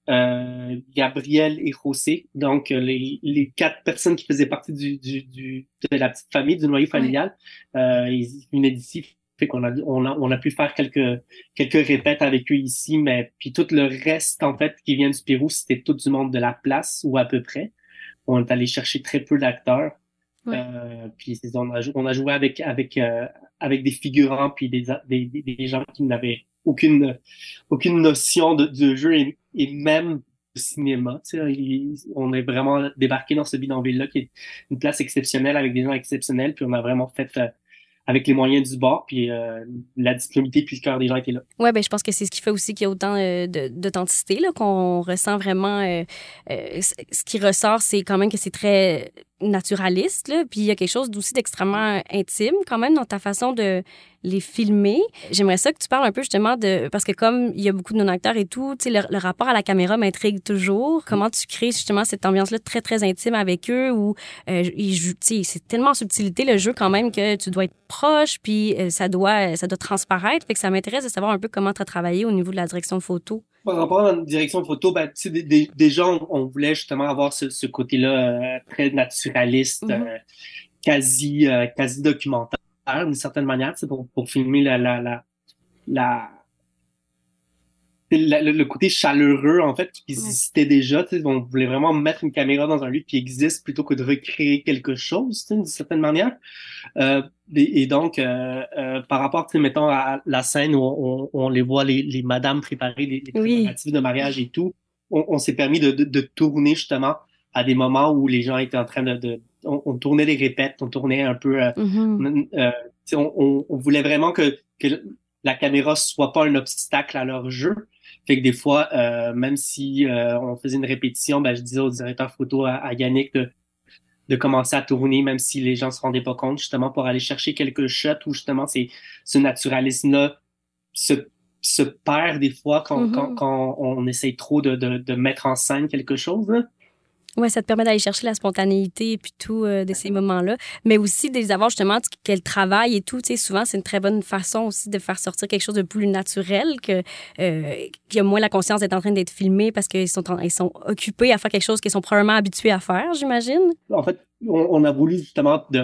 Gabriel et José, donc les 4 personnes qui faisaient partie de la petite famille, du noyau familial, ils venaient d'ici, fait qu'on on a pu faire quelques répètes avec eux ici, mais puis tout le reste en fait qui vient du Pérou, c'était tout du monde de la place ou à peu près. On est allé chercher très peu d'acteurs. Ouais. Puis on a joué avec des figurants puis des gens qui n'avaient aucune notion de jeu et même de cinéma. Tu sais, on est vraiment débarqué dans ce bidonville-là qui est une place exceptionnelle avec des gens exceptionnels. Puis on a vraiment fait avec les moyens du bord. Puis la disponibilité puis le cœur des gens étaient là. Ouais, ben je pense que c'est ce qui fait aussi qu'il y a autant d'authenticité là, qu'on ressent vraiment. Ce qui ressort, c'est quand même que c'est très naturaliste, là. Puis il y a quelque chose d'aussi d'extrêmement intime quand même dans ta façon de les filmer. J'aimerais ça que tu parles un peu justement de... Parce que comme il y a beaucoup de non-acteurs et tout, tu sais, le rapport à la caméra m'intrigue toujours. Comment tu crées justement cette ambiance-là très, très intime avec eux où ils jouent, tu sais, c'est tellement en subtilité le jeu quand même que tu dois être proche puis ça doit transparaître. Fait que ça m'intéresse de savoir un peu comment tu as travaillé au niveau de la direction de photo. Par rapport à la direction photo, ben, tu sais, déjà, on voulait justement avoir ce côté-là très naturaliste, quasi documentaire d'une certaine manière, tu sais, pour filmer le côté chaleureux, en fait, qui existait déjà. Tu sais, on voulait vraiment mettre une caméra dans un lieu qui existe plutôt que de recréer quelque chose, tu sais, d'une certaine manière. Et donc, par rapport, tu sais, mettons, à la scène où on les voit, les madames préparer les préparatifs de mariage et tout, on s'est permis de tourner justement à des moments où les gens étaient en train on tournait les répètes, on tournait un peu... on voulait vraiment que la caméra soit pas un obstacle à leur jeu. Fait que des fois, même si on faisait une répétition, ben, je disais au directeur photo, à Yannick, de commencer à tourner, même si les gens se rendaient pas compte, justement, pour aller chercher quelques shots où, justement, ce naturalisme-là se perd des fois quand on essaye trop de mettre en scène quelque chose, là. Oui, ça te permet d'aller chercher la spontanéité et puis tout de ces moments-là, mais aussi de les avoir justement qu'elle travaille et tout. Tu sais, souvent, c'est une très bonne façon aussi de faire sortir quelque chose de plus naturel, qu'il y a moins la conscience d'être en train d'être filmé parce qu'ils sont occupés à faire quelque chose qu'ils sont probablement habitués à faire, j'imagine. En fait, on a voulu justement de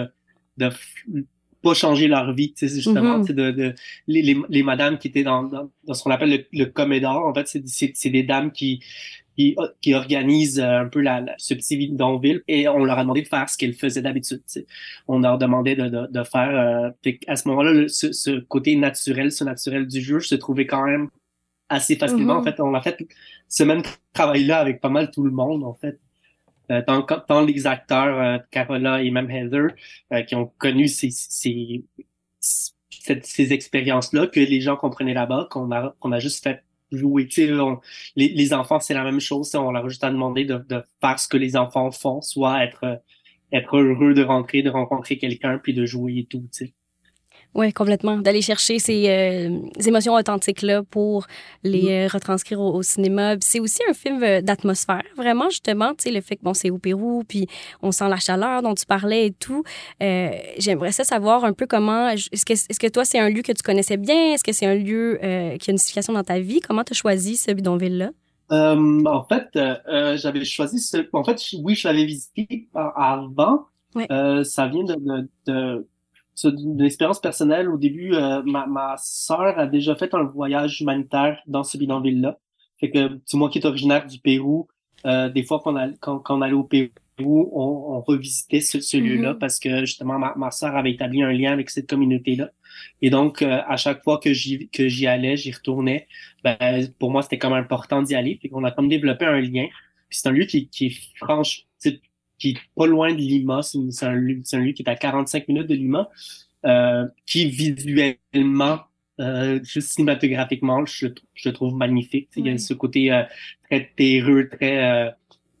pas changer leur vie, tu sais, justement, tu sais, les madames qui étaient dans ce qu'on appelle le comédor. En fait, c'est des dames qui organisent un peu ce petit bidonville et on leur a demandé de faire ce qu'elles faisaient d'habitude. Tu sais. On leur demandait de faire... à ce moment-là, ce côté naturel, ce naturel du jeu, se trouvait quand même assez facilement. En fait, on a fait ce même travail-là avec pas mal tout le monde, en fait. Tant les acteurs, Carola et même Heather, qui ont connu ces expériences-là, que les gens comprenaient là-bas, qu'on a juste fait jouer. Tu sais, les enfants, c'est la même chose. On leur a juste à demander de faire ce que les enfants font, soit être heureux de rentrer, de rencontrer quelqu'un, puis de jouer et tout, tu sais. Oui, complètement. D'aller chercher ces émotions authentiques-là pour les retranscrire au cinéma. Puis c'est aussi un film d'atmosphère, vraiment, justement. Tu sais, le fait que, bon, c'est au Pérou, puis on sent la chaleur dont tu parlais et tout. J'aimerais ça savoir un peu comment... Est-ce que toi, c'est un lieu que tu connaissais bien? Est-ce que c'est un lieu qui a une signification dans ta vie? Comment tu as choisi ce bidonville-là? En fait, j'avais choisi En fait, oui, je l'avais visité avant. Ouais. Ça vient d'une expérience personnelle. Au début, ma sœur a déjà fait un voyage humanitaire dans ce bidonville-là. Fait que, moi qui est originaire du Pérou, des fois quand on allait au Pérou, on revisitait ce lieu-là parce que justement ma sœur avait établi un lien avec cette communauté-là. Et donc, à chaque fois que j'y allais, j'y retournais, ben, pour moi, c'était comme important d'y aller. Fait qu'on a comme développé un lien. Puis c'est un lieu qui est franche, qui est pas loin de Lima. C'est un lieu qui est à 45 minutes de Lima, qui visuellement, juste cinématographiquement, je trouve magnifique. Il y a ce côté très terreux, très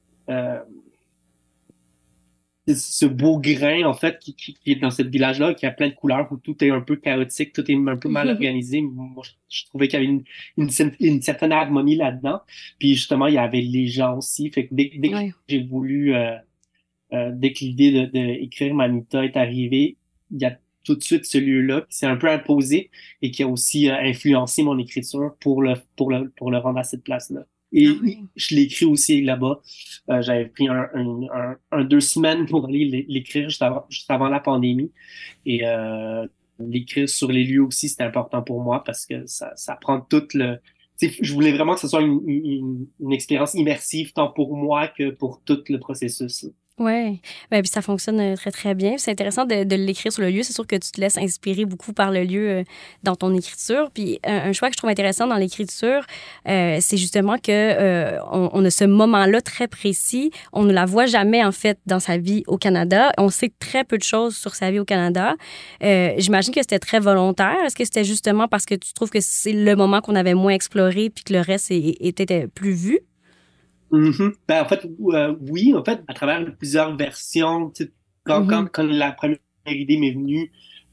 ce beau grain, en fait, qui est dans ce village-là, qui a plein de couleurs, où tout est un peu chaotique, tout est un peu mal organisé. Moi, je trouvais qu'il y avait une certaine harmonie là-dedans. Puis justement, il y avait les gens aussi. Fait que dès que j'ai voulu, dès que l'idée d'écrire Mamita est arrivée, il y a tout de suite ce lieu-là qui s'est un peu imposé et qui a aussi influencé mon écriture pour le rendre à cette place-là. Et Ah oui. je l'ai écrit aussi là-bas. J'avais pris 2 semaines pour aller l'écrire juste avant la pandémie. Et l'écrire sur les lieux aussi, c'était important pour moi parce que ça prend tout le... Tu sais, je voulais vraiment que ce soit une expérience immersive tant pour moi que pour tout le processus. Ouais, ben, puis ça fonctionne très, très bien. C'est intéressant de l'écrire sur le lieu. C'est sûr que tu te laisses inspirer beaucoup par le lieu dans ton écriture. Puis un choix que je trouve intéressant dans l'écriture, c'est justement que on a ce moment-là très précis. On ne la voit jamais, en fait, dans sa vie au Canada. On sait très peu de choses sur sa vie au Canada. J'imagine que c'était très volontaire. Est-ce que c'était justement parce que tu trouves que c'est le moment qu'on avait moins exploré puis que le reste était plus vu? Mhm. Ben, en fait, oui, en fait, à travers plusieurs versions, tu sais, quand la première idée m'est venue,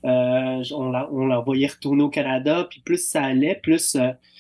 on la voyait retourner au Canada, puis plus ça allait, plus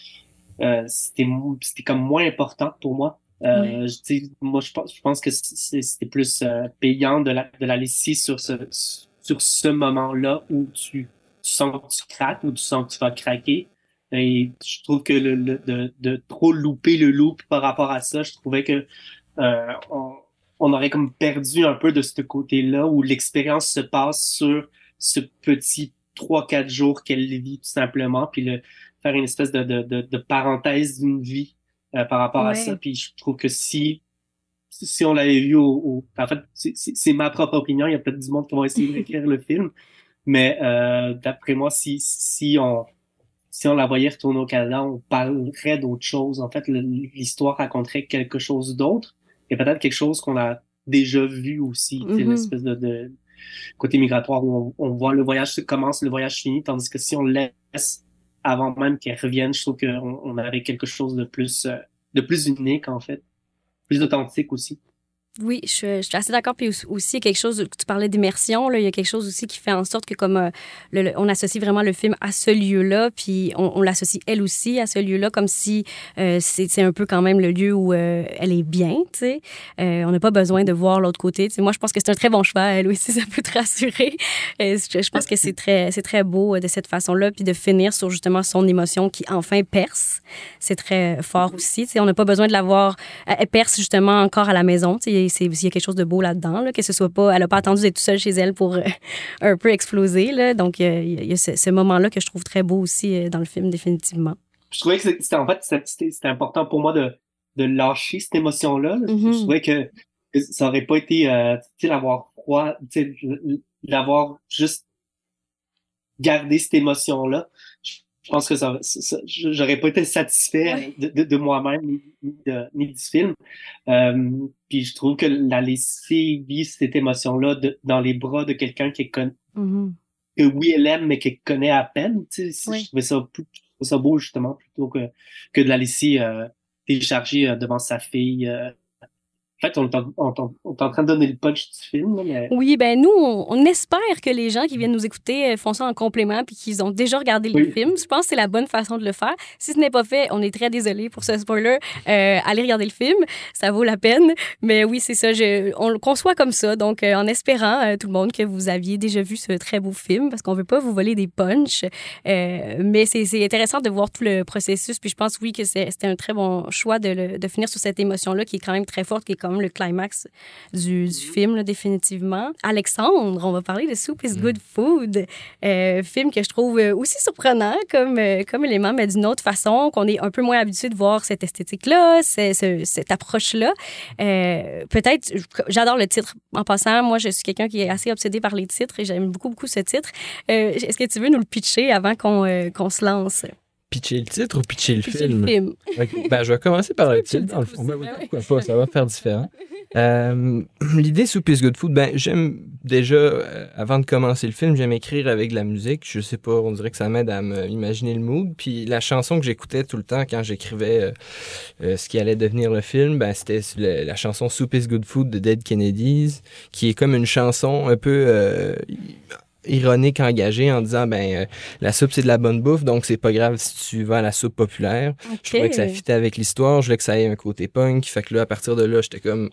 c'était comme moins important pour moi. Ouais. Tu sais, moi, je pense que c'était plus payant de la laisser sur ce moment-là où tu sens que tu craques, ou tu sens que tu vas craquer. Et je trouve que de trop louper le loop par rapport à ça, je trouvais que euh, on, on aurait comme perdu un peu de ce côté-là où l'expérience se passe sur ce petit 3-4 jours qu'elle vit tout simplement, puis faire une espèce de parenthèse d'une vie par rapport à ça. Ouais. Puis je trouve que si on l'avait vu en fait, c'est ma propre opinion, il y a peut-être du monde qui vont essayer d'écrire le film, mais d'après moi, si on la voyait retourner au Canada, on parlerait d'autre chose. En fait, l'histoire raconterait quelque chose d'autre et peut-être quelque chose qu'on a déjà vu aussi. C'est Mhm. l'espèce de côté migratoire où on voit le voyage commence, le voyage finit, tandis que si on le laisse avant même qu'elle revienne, je trouve qu'on avait quelque chose de plus unique, en fait, plus authentique aussi. Oui, je suis assez d'accord. Puis aussi, il y a quelque chose, tu parlais d'immersion, là, il y a quelque chose aussi qui fait en sorte que comme on associe vraiment le film à ce lieu-là, puis on l'associe elle aussi à ce lieu-là, comme si c'est un peu quand même le lieu où elle est bien, tu sais. On n'a pas besoin de voir l'autre côté. Tu sais, moi, je pense que c'est un très bon choix, elle aussi, ça peut te rassurer. Je pense que c'est très beau de cette façon-là, puis de finir sur justement son émotion qui enfin perce. C'est très fort aussi. Tu sais, on n'a pas besoin de la voir, elle perce justement encore à la maison, tu sais. Il y a quelque chose de beau là-dedans, là, que ce soit pas... Elle n'a pas attendu d'être toute seule chez elle pour un peu exploser. Là. Donc, il y a ce moment-là que je trouve très beau aussi dans le film, définitivement. Je trouvais que c'était important pour moi de lâcher cette émotion-là. Je Mm-hmm. trouvais que ça aurait pas été, tu sais, l'avoir froid, tu sais, l'avoir juste gardé cette émotion-là. Je pense que j'aurais pas été satisfait Ouais. de moi-même ni du film. Puis je trouve que la laisser vivre cette émotion-là dans les bras de quelqu'un Mm-hmm. que oui, elle aime, mais qu'elle connaît à peine, tu sais, je Oui. trouvais je trouvais ça beau, justement, plutôt que de la laisser télécharger devant sa fille. En fait, on est en train de donner le punch du film, là, mais Oui, ben nous, on espère que les gens qui viennent nous écouter font ça en complément puis qu'ils ont déjà regardé le oui. film. Je pense que c'est la bonne façon de le faire. Si ce n'est pas fait, on est très désolé pour ce spoiler. Allez regarder le film, ça vaut la peine. Mais oui, c'est ça, on le conçoit comme ça. Donc, en espérant, tout le monde, que vous aviez déjà vu ce très beau film parce qu'on veut pas vous voler des punchs. Mais c'est intéressant de voir tout le processus. Puis je pense, oui, que c'était un très bon choix de finir sur cette émotion-là qui est quand même très forte, qui est quand même le climax du film, là, définitivement. Alexandre, on va parler de Soup is Good Food, film que je trouve aussi surprenant comme élément, mais d'une autre façon, qu'on est un peu moins habitué de voir cette esthétique-là, cette approche-là. Peut-être, j'adore le titre. En passant, moi, je suis quelqu'un qui est assez obsédé par les titres et j'aime beaucoup, beaucoup ce titre. Est-ce que tu veux nous le pitcher avant qu'on se lance? Pitcher le titre ou pitcher le Pitcher film? le film. Okay. Ben, je vais commencer par le Tu peux titre, dans le le dire fond. aussi, Ben, oui, ben oui. pourquoi pas, ça va faire différent. L'idée Soup is Good Food, ben, j'aime déjà, avant de commencer le film, j'aime écrire avec de la musique. Je sais pas, on dirait que ça m'aide à imaginer le mood. Puis la chanson que j'écoutais tout le temps quand j'écrivais ce qui allait devenir le film, ben, c'était la chanson Soup is Good Food de Dead Kennedys, qui est comme une chanson un peu... ironique, engagé, en disant la soupe c'est de la bonne bouffe, donc c'est pas grave si tu vas à la soupe populaire. OK. Je trouvais que ça fitait avec l'histoire, je voulais que ça ait un côté punk, fait que là à partir de là j'étais comme,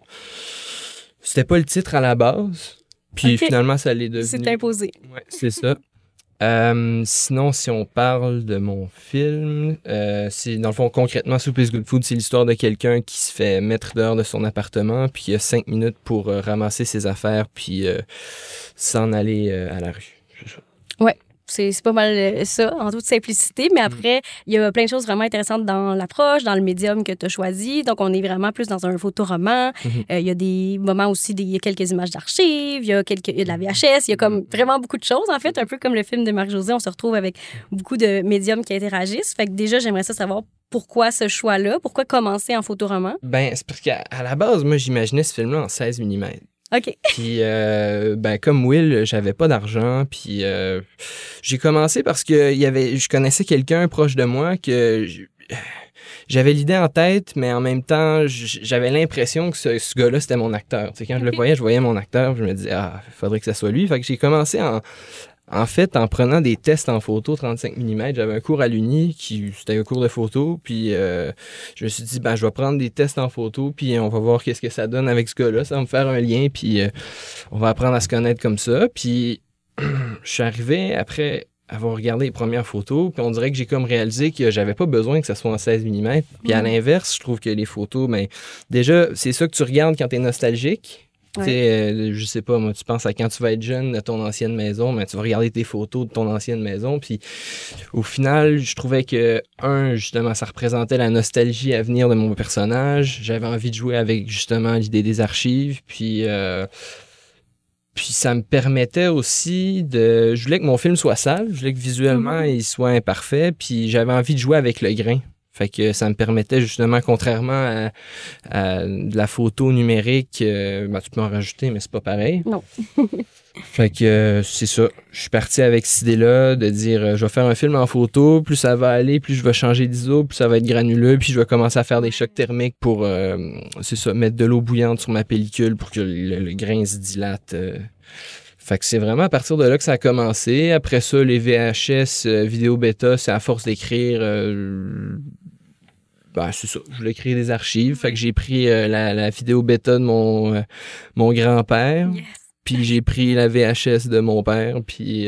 c'était pas le titre à la base, puis OK. finalement ça l'est devenu. C'est imposé. Ouais, c'est ça. Sinon, si on parle de mon film, c'est dans le fond, concrètement, Soup is Good Food, c'est l'histoire de quelqu'un qui se fait mettre dehors de son appartement, puis il a 5 minutes pour ramasser ses affaires, puis s'en aller à la rue. Ouais. C'est pas mal ça, en toute simplicité. Mais après, il y a plein de choses vraiment intéressantes dans l'approche, dans le médium que tu as choisi. Donc, on est vraiment plus dans un photoroman. Il y a des moments aussi, il y a quelques images d'archives, il y a de la VHS, il y a comme vraiment beaucoup de choses, en fait. Un peu comme le film de Marc-José, on se retrouve avec beaucoup de médiums qui interagissent. Fait que déjà, j'aimerais ça savoir pourquoi ce choix-là, pourquoi commencer en photoroman? Ben, c'est parce qu'à la base, moi, j'imaginais ce film-là en 16 mm. OK. Puis, comme Will, j'avais pas d'argent. Puis, j'ai commencé parce que je connaissais quelqu'un proche de moi que j'avais l'idée en tête, mais en même temps, j'avais l'impression que ce gars-là, c'était mon acteur. Quand je le voyais, je voyais mon acteur. Je me disais, il faudrait que ça soit lui. Fait que j'ai commencé en fait, en prenant des tests en photo 35 mm, j'avais un cours à l'Uni, c'était un cours de photo, puis je me suis dit, je vais prendre des tests en photo, puis on va voir qu'est-ce que ça donne avec ce gars-là, ça va me faire un lien, puis on va apprendre à se connaître comme ça. Puis je suis arrivé après avoir regardé les premières photos, puis on dirait que j'ai comme réalisé que j'avais pas besoin que ça soit en 16 mm. Puis à l'inverse, je trouve que les photos, déjà, c'est ça que tu regardes quand t'es nostalgique. Ouais. Je sais pas, moi, tu penses à quand tu vas être jeune de ton ancienne maison, mais tu vas regarder tes photos de ton ancienne maison, puis au final, je trouvais que, justement, ça représentait la nostalgie à venir de mon personnage. J'avais envie de jouer avec, justement, l'idée des archives, puis ça me permettait aussi je voulais que mon film soit sale, je voulais que visuellement, il soit imparfait, puis j'avais envie de jouer avec le grain. Fait que ça me permettait justement, contrairement à de la photo numérique, tu peux en rajouter, mais c'est pas pareil. Non. Fait que c'est ça. Je suis parti avec cette idée-là de dire, je vais faire un film en photo, plus ça va aller, plus je vais changer d'ISO, plus ça va être granuleux, puis je vais commencer à faire des chocs thermiques pour, mettre de l'eau bouillante sur ma pellicule pour que le grain se dilate. Fait que c'est vraiment à partir de là que ça a commencé. Après ça, les VHS, vidéo bêta, c'est à force d'écrire... c'est ça. Je voulais créer des archives. Fait que j'ai pris la vidéo bêta de mon grand-père. Yes. Puis j'ai pris la VHS de mon père. Puis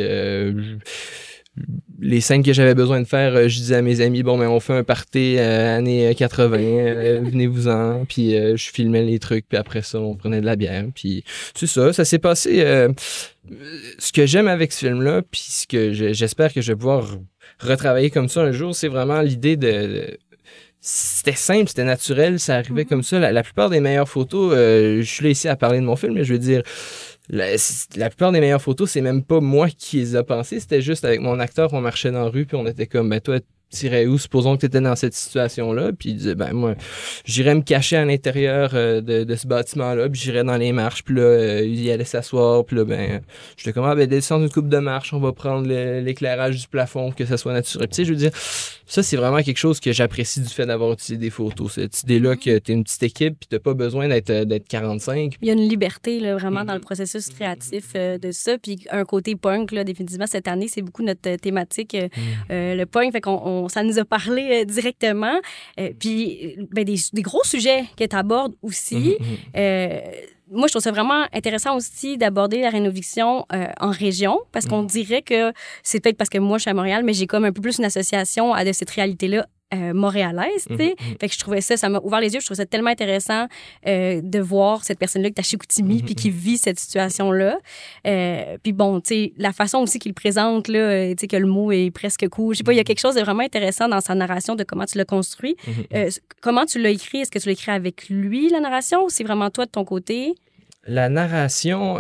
les scènes que j'avais besoin de faire, je disais à mes amis, on fait un party années 80, venez-vous-en. Puis je filmais les trucs, puis après ça, on prenait de la bière. Puis c'est ça s'est passé. Ce que j'aime avec ce film-là, puis ce que j'espère que je vais pouvoir retravailler comme ça un jour, c'est vraiment l'idée de c'était simple, c'était naturel, ça arrivait comme ça. La plupart des meilleures photos, je suis là ici à parler de mon film, mais je veux dire... La plupart des meilleures photos, c'est même pas moi qui les a pensées, c'était juste avec mon acteur, on marchait dans la rue, puis on était comme, toi, t'irais où? Supposons que t'étais dans cette situation-là, puis il disait, moi, j'irais me cacher à l'intérieur de ce bâtiment-là, puis j'irais dans les marches, puis là, il allait s'asseoir, puis là, j'étais comme, descendre une coupe de marche, on va prendre l'éclairage du plafond, que ça soit naturel. Tu sais, je veux dire, ça, c'est vraiment quelque chose que j'apprécie du fait d'avoir utilisé des photos. Cette idée-là que t'es une petite équipe puis t'as pas besoin d'être 45. Il y a une liberté, là, vraiment, dans le processus créatif de ça. Puis un côté punk, là, définitivement, cette année, c'est beaucoup notre thématique, le punk. Fait qu'on ça nous a parlé directement. Puis des gros sujets que tu abordes aussi. Moi, je trouve ça vraiment intéressant aussi d'aborder la rénoviction en région, parce qu'on dirait que c'est peut-être parce que moi, je suis à Montréal, mais j'ai comme un peu plus une association à de cette réalité-là montréalaise, tu sais. Fait que je trouvais ça m'a ouvert les yeux. Je trouvais ça tellement intéressant de voir cette personne-là qui est à Chicoutimi puis qui vit cette situation-là. Puis bon, tu sais, la façon aussi qu'il présente, là, tu sais, que le mot est presque cool. Je sais pas, il y a quelque chose de vraiment intéressant dans sa narration de comment tu l'as construit. Comment tu l'as écrit? Est-ce que tu l'as écrit avec lui, la narration, ou c'est vraiment toi de ton côté? La narration,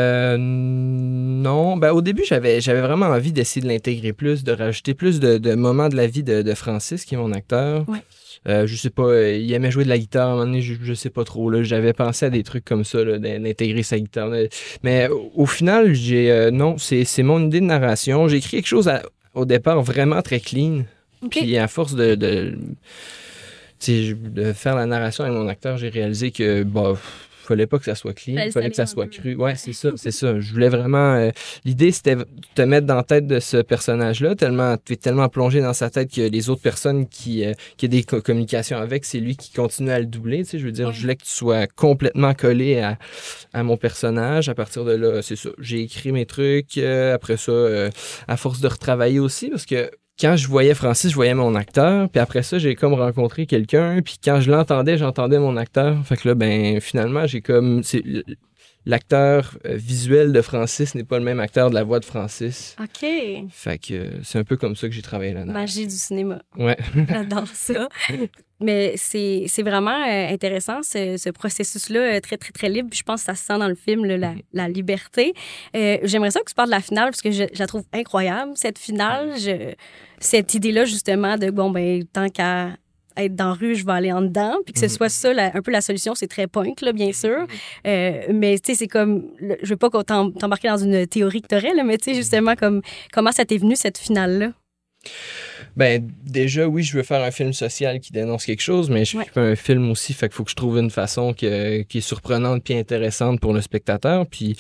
non. Au début, j'avais vraiment envie d'essayer de l'intégrer plus, de rajouter plus de moments de la vie de Francis, qui est mon acteur. Ouais. Je sais pas, il aimait jouer de la guitare à un moment donné, je sais pas trop. Là, j'avais pensé à des trucs comme ça, là, d'intégrer sa guitare. Mais au final, non, c'est mon idée de narration. J'ai écrit quelque chose au départ vraiment très clean. Okay. Puis à force de faire la narration avec mon acteur, j'ai réalisé que fallait pas que ça soit clean, Fallait fallait que ça saler un soit peu. cru. Ouais, c'est ça, c'est ça. Je voulais vraiment... l'idée, c'était de te mettre dans la tête de ce personnage-là, tu es tellement plongé dans sa tête que les autres personnes qui a des communications avec, c'est lui qui continue à le doubler, tu sais. Je veux dire, Ouais. je voulais que tu sois complètement collé à mon personnage. À partir de là, c'est ça. J'ai écrit mes trucs. Après ça, à force de retravailler aussi, parce que quand je voyais Francis, je voyais mon acteur. Puis après ça, j'ai comme rencontré quelqu'un. Puis quand je l'entendais, j'entendais mon acteur. Fait que là, ben finalement, j'ai comme... L'acteur visuel de Francis n'est pas le même acteur de la voix de Francis. OK. Fait que c'est un peu comme ça que j'ai travaillé là-dedans. Magie du cinéma. Ouais. J'adore ça. Mais c'est vraiment intéressant, ce processus-là, très, très, très libre. Puis je pense que ça se sent dans le film, là, la liberté. J'aimerais ça que tu parles de la finale, parce que je la trouve incroyable, cette finale. Cette idée-là, justement, de, bon, ben tant qu'à être dans la rue, je vais aller en dedans. Puis que ce soit ça, un peu la solution. C'est très punk, là, bien sûr. Mais, tu sais, c'est comme... je veux pas t'embarquer dans une théorie que t'aurais, là, mais, tu sais, justement, comme comment ça t'est venu, cette finale-là? Ben, déjà, oui, je veux faire un film social qui dénonce quelque chose, mais je fais un film aussi, fait qu'il faut que je trouve une façon qui est surprenante puis intéressante pour le spectateur. Puis,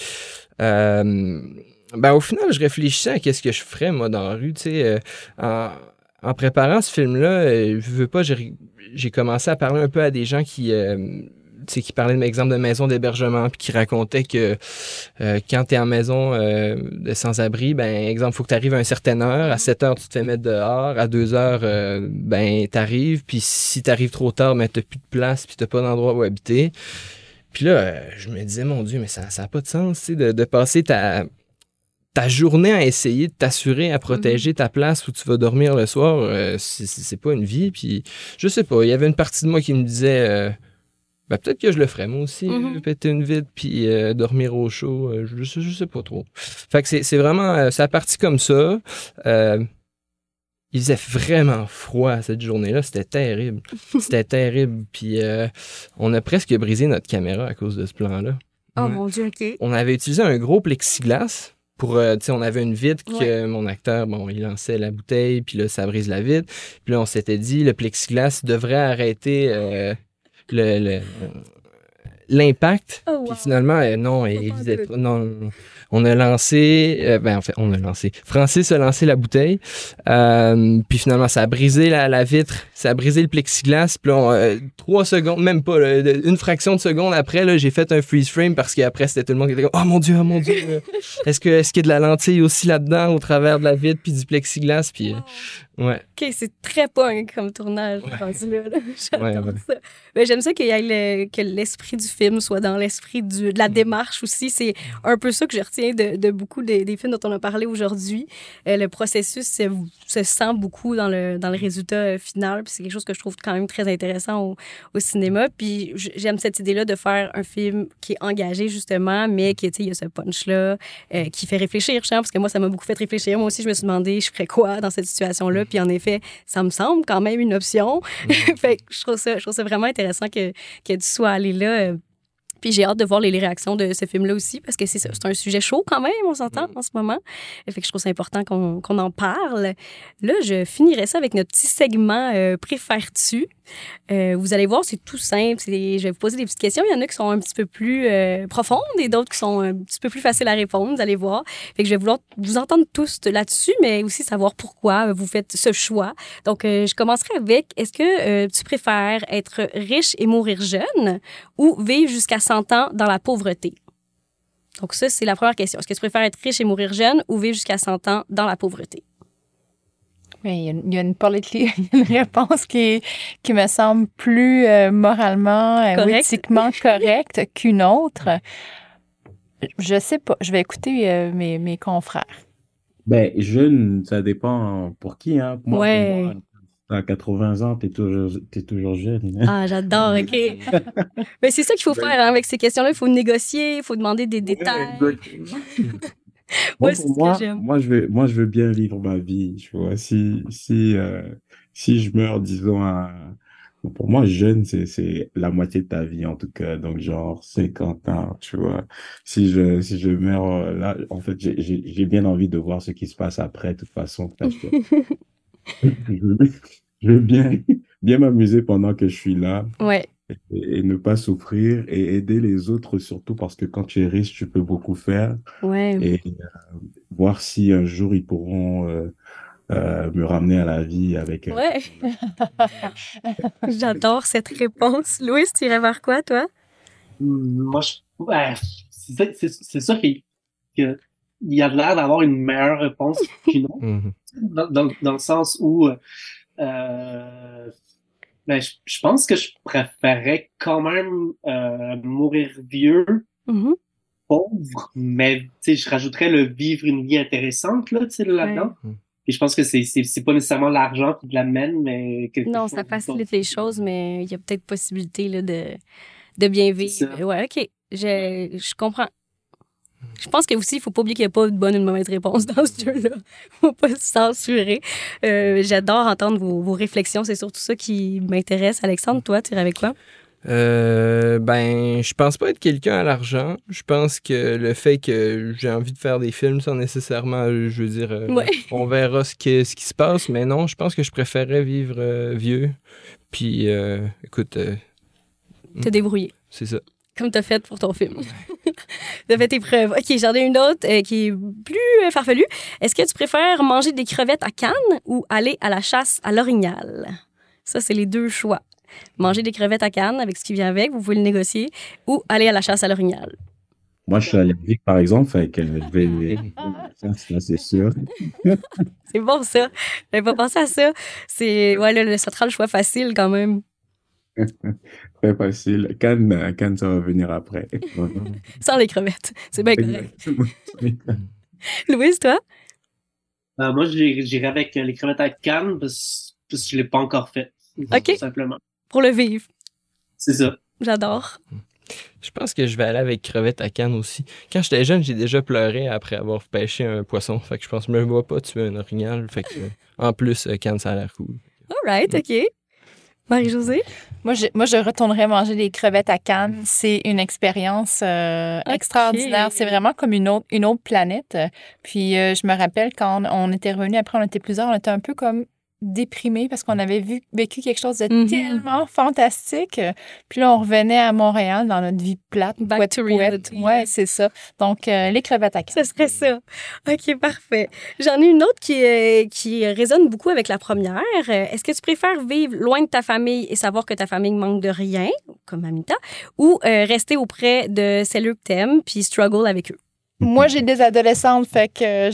ben, au final, je réfléchissais à qu'est-ce que je ferais, moi, dans la rue, tu sais, en préparant ce film-là, je veux pas, j'ai commencé à parler un peu à des gens qui parlaient de exemple de maison d'hébergement, puis qui racontaient que quand tu es en maison de sans-abri, ben exemple, il faut que tu arrives à une certaine heure. À 7 heures, tu te fais mettre dehors. À 2 heures, ben tu arrives. Puis si tu arrives trop tard, ben tu n'as plus de place, puis tu n'as pas d'endroit où habiter. Puis là, je me disais, mon Dieu, mais ça n'a pas de sens, tu sais, de passer ta journée à essayer de t'assurer à protéger ta place où tu vas dormir le soir. C'est pas une vie. Puis je sais pas, il y avait une partie de moi qui me disait... ben, peut-être que je le ferais, moi aussi, péter une vitre puis dormir au chaud. Je sais pas trop. Fait que c'est vraiment... ça a parti comme ça. Il faisait vraiment froid cette journée-là. C'était terrible. C'était terrible. Puis on a presque brisé notre caméra à cause de ce plan-là. Oh mon Dieu, OK. On avait utilisé un gros plexiglas. Pour, tu sais, on avait une vitre que mon acteur, bon, il lançait la bouteille, puis là, ça brise la vitre. Puis là, on s'était dit, le plexiglas devrait arrêter... l'impact. Oh, wow. Puis finalement, non, non, on a lancé, on a lancé. Francis a lancé la bouteille. Puis finalement, ça a brisé la vitre, ça a brisé le plexiglas. Puis là, 3 secondes, même pas, là, une fraction de seconde après, là, j'ai fait un freeze frame parce qu'après, c'était tout le monde qui était comme, oh mon Dieu. Est-ce qu'il y a de la lentille aussi là-dedans au travers de la vitre puis du plexiglas? Puis, ouais. OK, c'est très punk comme tournage. Rendu là. J'adore ça. Mais j'aime ça que l'esprit du film soit dans l'esprit de la démarche aussi. C'est un peu ça que je retiens de beaucoup des films dont on a parlé aujourd'hui. Le processus se sent beaucoup dans le résultat final. Puis c'est quelque chose que je trouve quand même très intéressant au cinéma. Puis j'aime cette idée-là de faire un film qui est engagé, justement, mais qui, tu sais, il y a ce punch-là qui fait réfléchir, parce que moi, ça m'a beaucoup fait réfléchir. Moi aussi, je me suis demandé, je ferais quoi dans cette situation-là? Puis en effet, ça me semble quand même une option. Fait que je trouve ça vraiment intéressant que tu sois allé là. Puis j'ai hâte de voir les réactions de ce film-là aussi, parce que c'est un sujet chaud quand même, on s'entend en ce moment. Fait que je trouve ça important qu'on en parle. Là, je finirai ça avec notre petit segment Préfères-tu? Vous allez voir, c'est tout simple. Je vais vous poser des petites questions. Il y en a qui sont un petit peu plus profondes et d'autres qui sont un petit peu plus faciles à répondre, vous allez voir. Fait que je vais vouloir vous entendre tous là-dessus, mais aussi savoir pourquoi vous faites ce choix. Donc, je commencerai avec, est-ce que tu préfères être riche et mourir jeune ou vivre jusqu'à 100 ans dans la pauvreté? Donc ça, c'est la première question. Est-ce que tu préfères être riche et mourir jeune ou vivre jusqu'à 100 ans dans la pauvreté? Mais il y a une réponse qui me semble plus moralement ou éthiquement correcte qu'une autre. Je sais pas. Je vais écouter mes confrères. Ben, jeune, ça dépend pour qui, hein. Moi, à 80 ans, t'es toujours jeune. Ah, j'adore, OK. Mais c'est ça qu'il faut faire, hein, avec ces questions-là. Il faut négocier, il faut demander des détails. Moi, je veux bien vivre ma vie, tu vois. Si je meurs, disons, pour moi, jeune, c'est la moitié de ta vie, en tout cas. Donc, genre, 50 ans, tu vois. Si je meurs là, en fait, j'ai bien envie de voir ce qui se passe après, de toute façon, parce que je veux bien m'amuser pendant que je suis là. Ouais. et ne pas souffrir et aider les autres surtout parce que quand tu es riche, tu peux beaucoup faire Ouais. et voir si un jour ils pourront me ramener à la vie avec Ouais. J'adore cette réponse. Louis, tu irais vers quoi, toi? Moi, c'est ça que il y a l'air d'avoir une meilleure réponse qu'une autre, Mhm. dans le sens où ben, je pense que je préférais quand même mourir vieux, Mhm. pauvre, mais tu sais, je rajouterais le vivre une vie intéressante là, tu sais, là-dedans. Ouais. Et je pense que c'est pas nécessairement l'argent qui l'amène, mais quelque Non, chose ça d'autre. facilite les choses, mais il y a peut-être possibilité là, de bien C'est vivre. ça. Ouais, OK. Je comprends. Je pense que aussi, il faut pas oublier qu'il n'y a pas de bonne ou de mauvaise réponse dans ce jeu-là. Faut pas se censurer. J'adore entendre vos réflexions. C'est surtout ça qui m'intéresse. Alexandre, toi, tu irais avec quoi? Ben, je pense pas être quelqu'un à l'argent. Je pense que le fait que j'ai envie de faire des films sans nécessairement, je veux dire, Ouais. on verra ce qui se passe, mais non, je pense que je préférerais vivre vieux. Puis, écoute, Te débrouiller, c'est ça. comme tu as fait pour ton film. Tu as fait tes preuves. OK, j'en ai une autre qui est plus farfelue. Est-ce que tu préfères manger des crevettes à Cannes ou aller à la chasse à l'Orignal? Ça, c'est les deux choix. Manger des crevettes à Cannes avec ce qui vient avec, vous pouvez le négocier, ou aller à la chasse à l'Orignal. Moi, je suis allergique, par exemple, fait que je vais ça, c'est sûr. C'est bon, ça. J'avais pas pensé à ça. C'est, ouais, là, ça te rend le choix facile quand même. Très facile. Cannes, ça va venir après. Sans les crevettes. C'est bien correct. Exactement. Louise, toi? Moi, j'irais avec les crevettes à Cannes parce que je l'ai pas encore fait. OK. Tout simplement. Pour le vivre. C'est ça. J'adore. Je pense que je vais aller avec crevettes à Cannes aussi. Quand j'étais jeune, j'ai déjà pleuré après avoir pêché un poisson. Fait que je pense que je me vois pas tuer un orignal. Fait que, en plus, Cannes, ça a l'air cool. All right, OK. Marie-Josée? Moi, je retournerais manger des crevettes à Cannes. C'est une expérience extraordinaire. C'est vraiment comme une autre planète. Puis, je me rappelle quand on était revenus, après, on était plusieurs, on était un peu comme déprimés parce qu'on avait vécu quelque chose de tellement fantastique. Puis là, on revenait à Montréal dans notre vie plate. Back to reality. Ouais, c'est ça. Donc, les crevettes à Cannes. Ce serait ça. OK, parfait. J'en ai une autre qui résonne beaucoup avec la première. Est-ce que tu préfères vivre loin de ta famille et savoir que ta famille ne manque de rien, comme Mamita, ou rester auprès de celles que t'aimes puis struggle avec eux? Moi, j'ai des adolescentes, fait que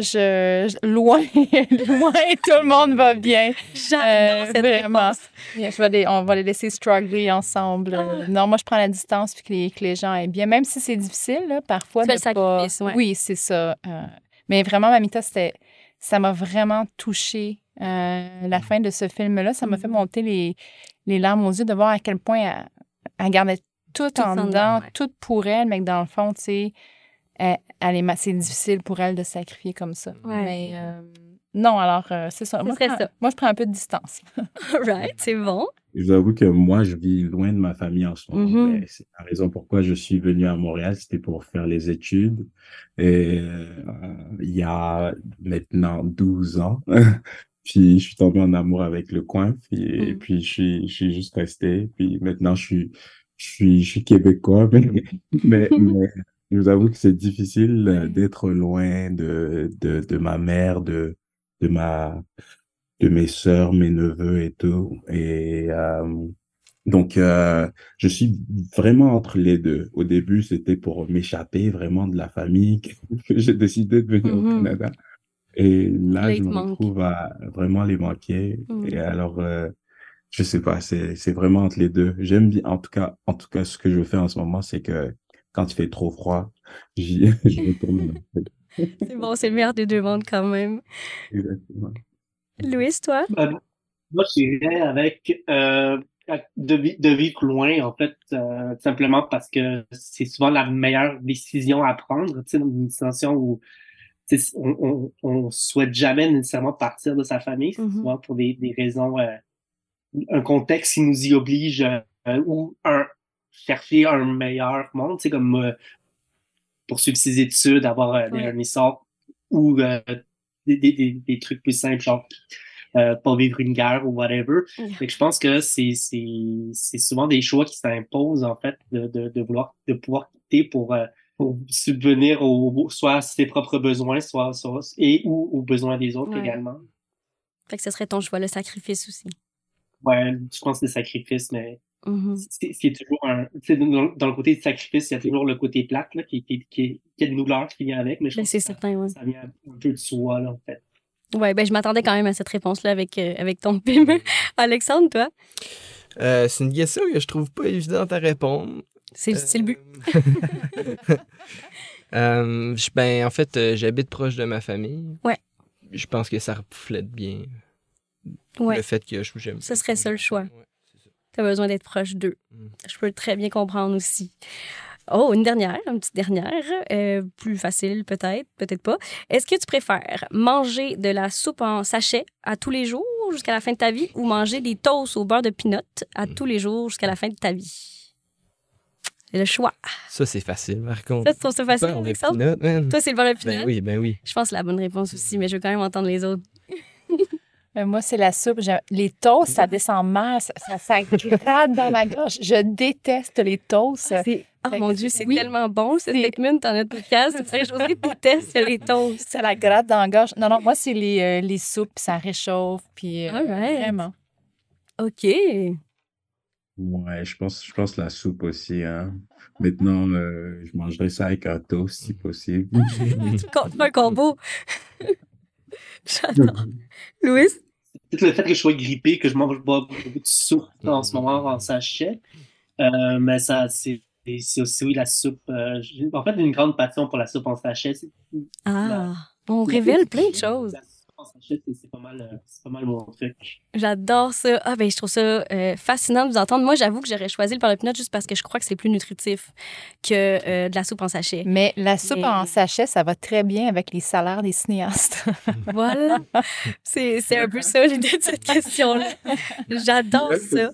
loin, loin, tout le monde va bien. J'adore cette Vraiment. réponse. On va les laisser struggler ensemble. Non, moi, je prends la distance puis que les gens aient bien. Même si c'est difficile, là, parfois. Tu fais le sacrifice, ouais. Oui, c'est ça. Mais vraiment, Mamita, ça m'a vraiment touchée. La fin de ce film-là, ça m'a fait monter les larmes aux yeux de voir à quel point elle gardait tout en dedans, ouais. tout pour elle, mais que dans le fond, tu sais, c'est difficile pour elle de se sacrifier comme ça. Ouais. Mais non, alors, c'est ça. Moi, je prends un peu de distance. All right, c'est bon. Je vous avoue que moi, je vis loin de ma famille en ce moment. Mhm. Mais c'est la raison pourquoi je suis venu à Montréal, c'était pour faire les études. Et il y a maintenant 12 ans, puis je suis tombé en amour avec le coin, et puis je suis juste resté. Puis maintenant, je suis québécois, mais je vous avoue que c'est difficile d'être loin de ma mère, de mes sœurs, mes neveux et tout. Et donc, je suis vraiment entre les deux. Au début, c'était pour m'échapper vraiment de la famille que j'ai décidé de venir au Canada. Et là, Là, je il te me manque. retrouve à vraiment les manquer. Et alors, je sais pas, c'est vraiment entre les deux. J'aime bien, en tout cas, ce que je fais en ce moment, c'est que quand il fait trop froid, je retourne. C'est bon, c'est le meilleur des deux mondes quand même. Exactement. Louise, toi? Moi, j'irais avec de vivre loin, en fait, simplement parce que c'est souvent la meilleure décision à prendre, tu sais, dans une situation où tu sais, on souhaite jamais nécessairement partir de sa famille, c'est souvent pour des raisons, un contexte qui nous y oblige ou chercher un meilleur monde, tu sais, comme poursuivre ses études, avoir un essor ou des trucs plus simples, genre pas vivre une guerre ou whatever. Fait que je pense que c'est souvent des choix qui s'imposent, en fait, de pouvoir quitter pour subvenir soit à ses propres besoins, ou aux besoins des autres également. Fait que ce serait ton choix, le sacrifice aussi. Ouais, je pense que c'est le sacrifice, mais c'est toujours dans le côté du sacrifice, il y a toujours le côté plate, là, qui a une douleur qui vient avec, mais je pense que ça vient un peu de soi, là, en fait. Ouais, ben je m'attendais quand même à cette réponse-là avec ton film. Alexandre, toi? C'est une question que je trouve pas évidente à répondre. C'est le but. En fait, j'habite proche de ma famille. Ouais. Je pense que ça reflète bien le fait que j'aime. Ce serait ça le choix. Ouais, c'est ça. Tu as besoin d'être proche d'eux. Je peux très bien comprendre aussi. Oh, une petite dernière. Plus facile peut-être, peut-être pas. Est-ce que tu préfères manger de la soupe en sachet à tous les jours jusqu'à la fin de ta vie ou manger des toasts au beurre de peanut à tous les jours jusqu'à la fin de ta vie? C'est le choix. Ça, c'est facile, par contre. Ça, tu trouves ça facile, Alexandre? Toi, c'est le beurre de peanut? Ben oui. Je pense que c'est la bonne réponse aussi, mais je veux quand même entendre les autres. Moi, c'est la soupe. Les toasts, ça descend mal, ça grade dans la gorge. Je déteste les toasts. Oh mon Dieu, c'est tellement bon, ce statement dans notre podcast. Josée déteste les toasts. Ça la gratte dans la gorge. Non, moi, c'est les soupes, ça réchauffe, puis vraiment. OK. Ouais, je pense la soupe aussi, hein. Maintenant, je mangerais ça avec un toast, si possible. Tu comptes un combo. J'adore. Louis? C'est peut-être le fait que je sois grippé, que je mange beaucoup de soupe en ce moment en sachet. Mais ça, c'est aussi la soupe. J'ai en fait une grande passion pour la soupe en sachet. On révèle plein de choses. La soupe en sachet, c'est pas mal mon truc. J'adore ça. Je trouve ça fascinant de vous entendre. Moi, j'avoue que j'aurais choisi le beurre de peanut juste parce que je crois que c'est plus nutritif que de la soupe en sachet. Mais la soupe en sachet, ça va très bien avec les salaires des cinéastes. Voilà. C'est un peu ça l'idée de cette question-là. J'adore ça.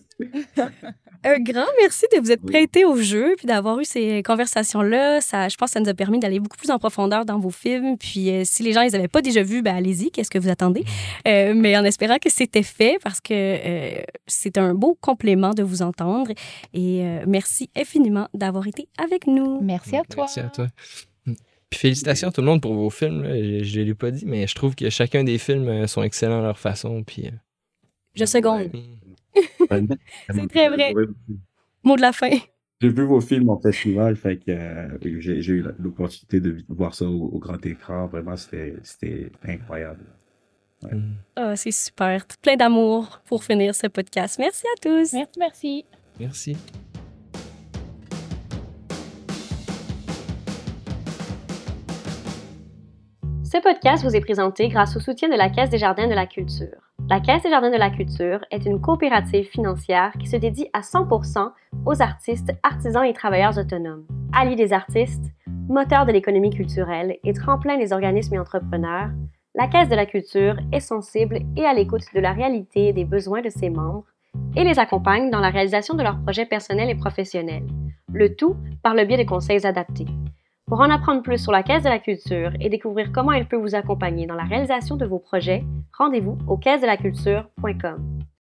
Un grand merci de vous être prêté au jeu puis d'avoir eu ces conversations-là. Je pense que ça nous a permis d'aller beaucoup plus en profondeur dans vos films. Puis si les gens les avaient pas déjà vus, allez-y, qu'est-ce que vous attendez? Mais en espérant que c'était fait parce que c'est un beau complément de vous entendre. Et merci infiniment d'avoir été avec nous. Merci à toi. Merci à toi. Puis félicitations à tout le monde pour vos films. Là. Je ne l'ai pas dit, mais je trouve que chacun des films sont excellents à leur façon. Puis, je seconde. C'est très vrai. Mot de la fin. J'ai vu vos films en festival, fait que j'ai eu l'opportunité de voir ça au grand écran. Vraiment, c'était incroyable. Ouais. C'est super. Plein d'amour pour finir ce podcast. Merci à tous. Merci. Merci. Ce podcast vous est présenté grâce au soutien de la Caisse des Jardins de la Culture. La Caisse des Jardins de la Culture est une coopérative financière qui se dédie à 100% aux artistes, artisans et travailleurs autonomes. Allié des artistes, moteur de l'économie culturelle et tremplin des organismes et entrepreneurs, la Caisse de la Culture est sensible et à l'écoute de la réalité et des besoins de ses membres et les accompagne dans la réalisation de leurs projets personnels et professionnels, le tout par le biais de conseils adaptés. Pour en apprendre plus sur la Caisse de la Culture et découvrir comment elle peut vous accompagner dans la réalisation de vos projets, rendez-vous au caissedelaculture.com.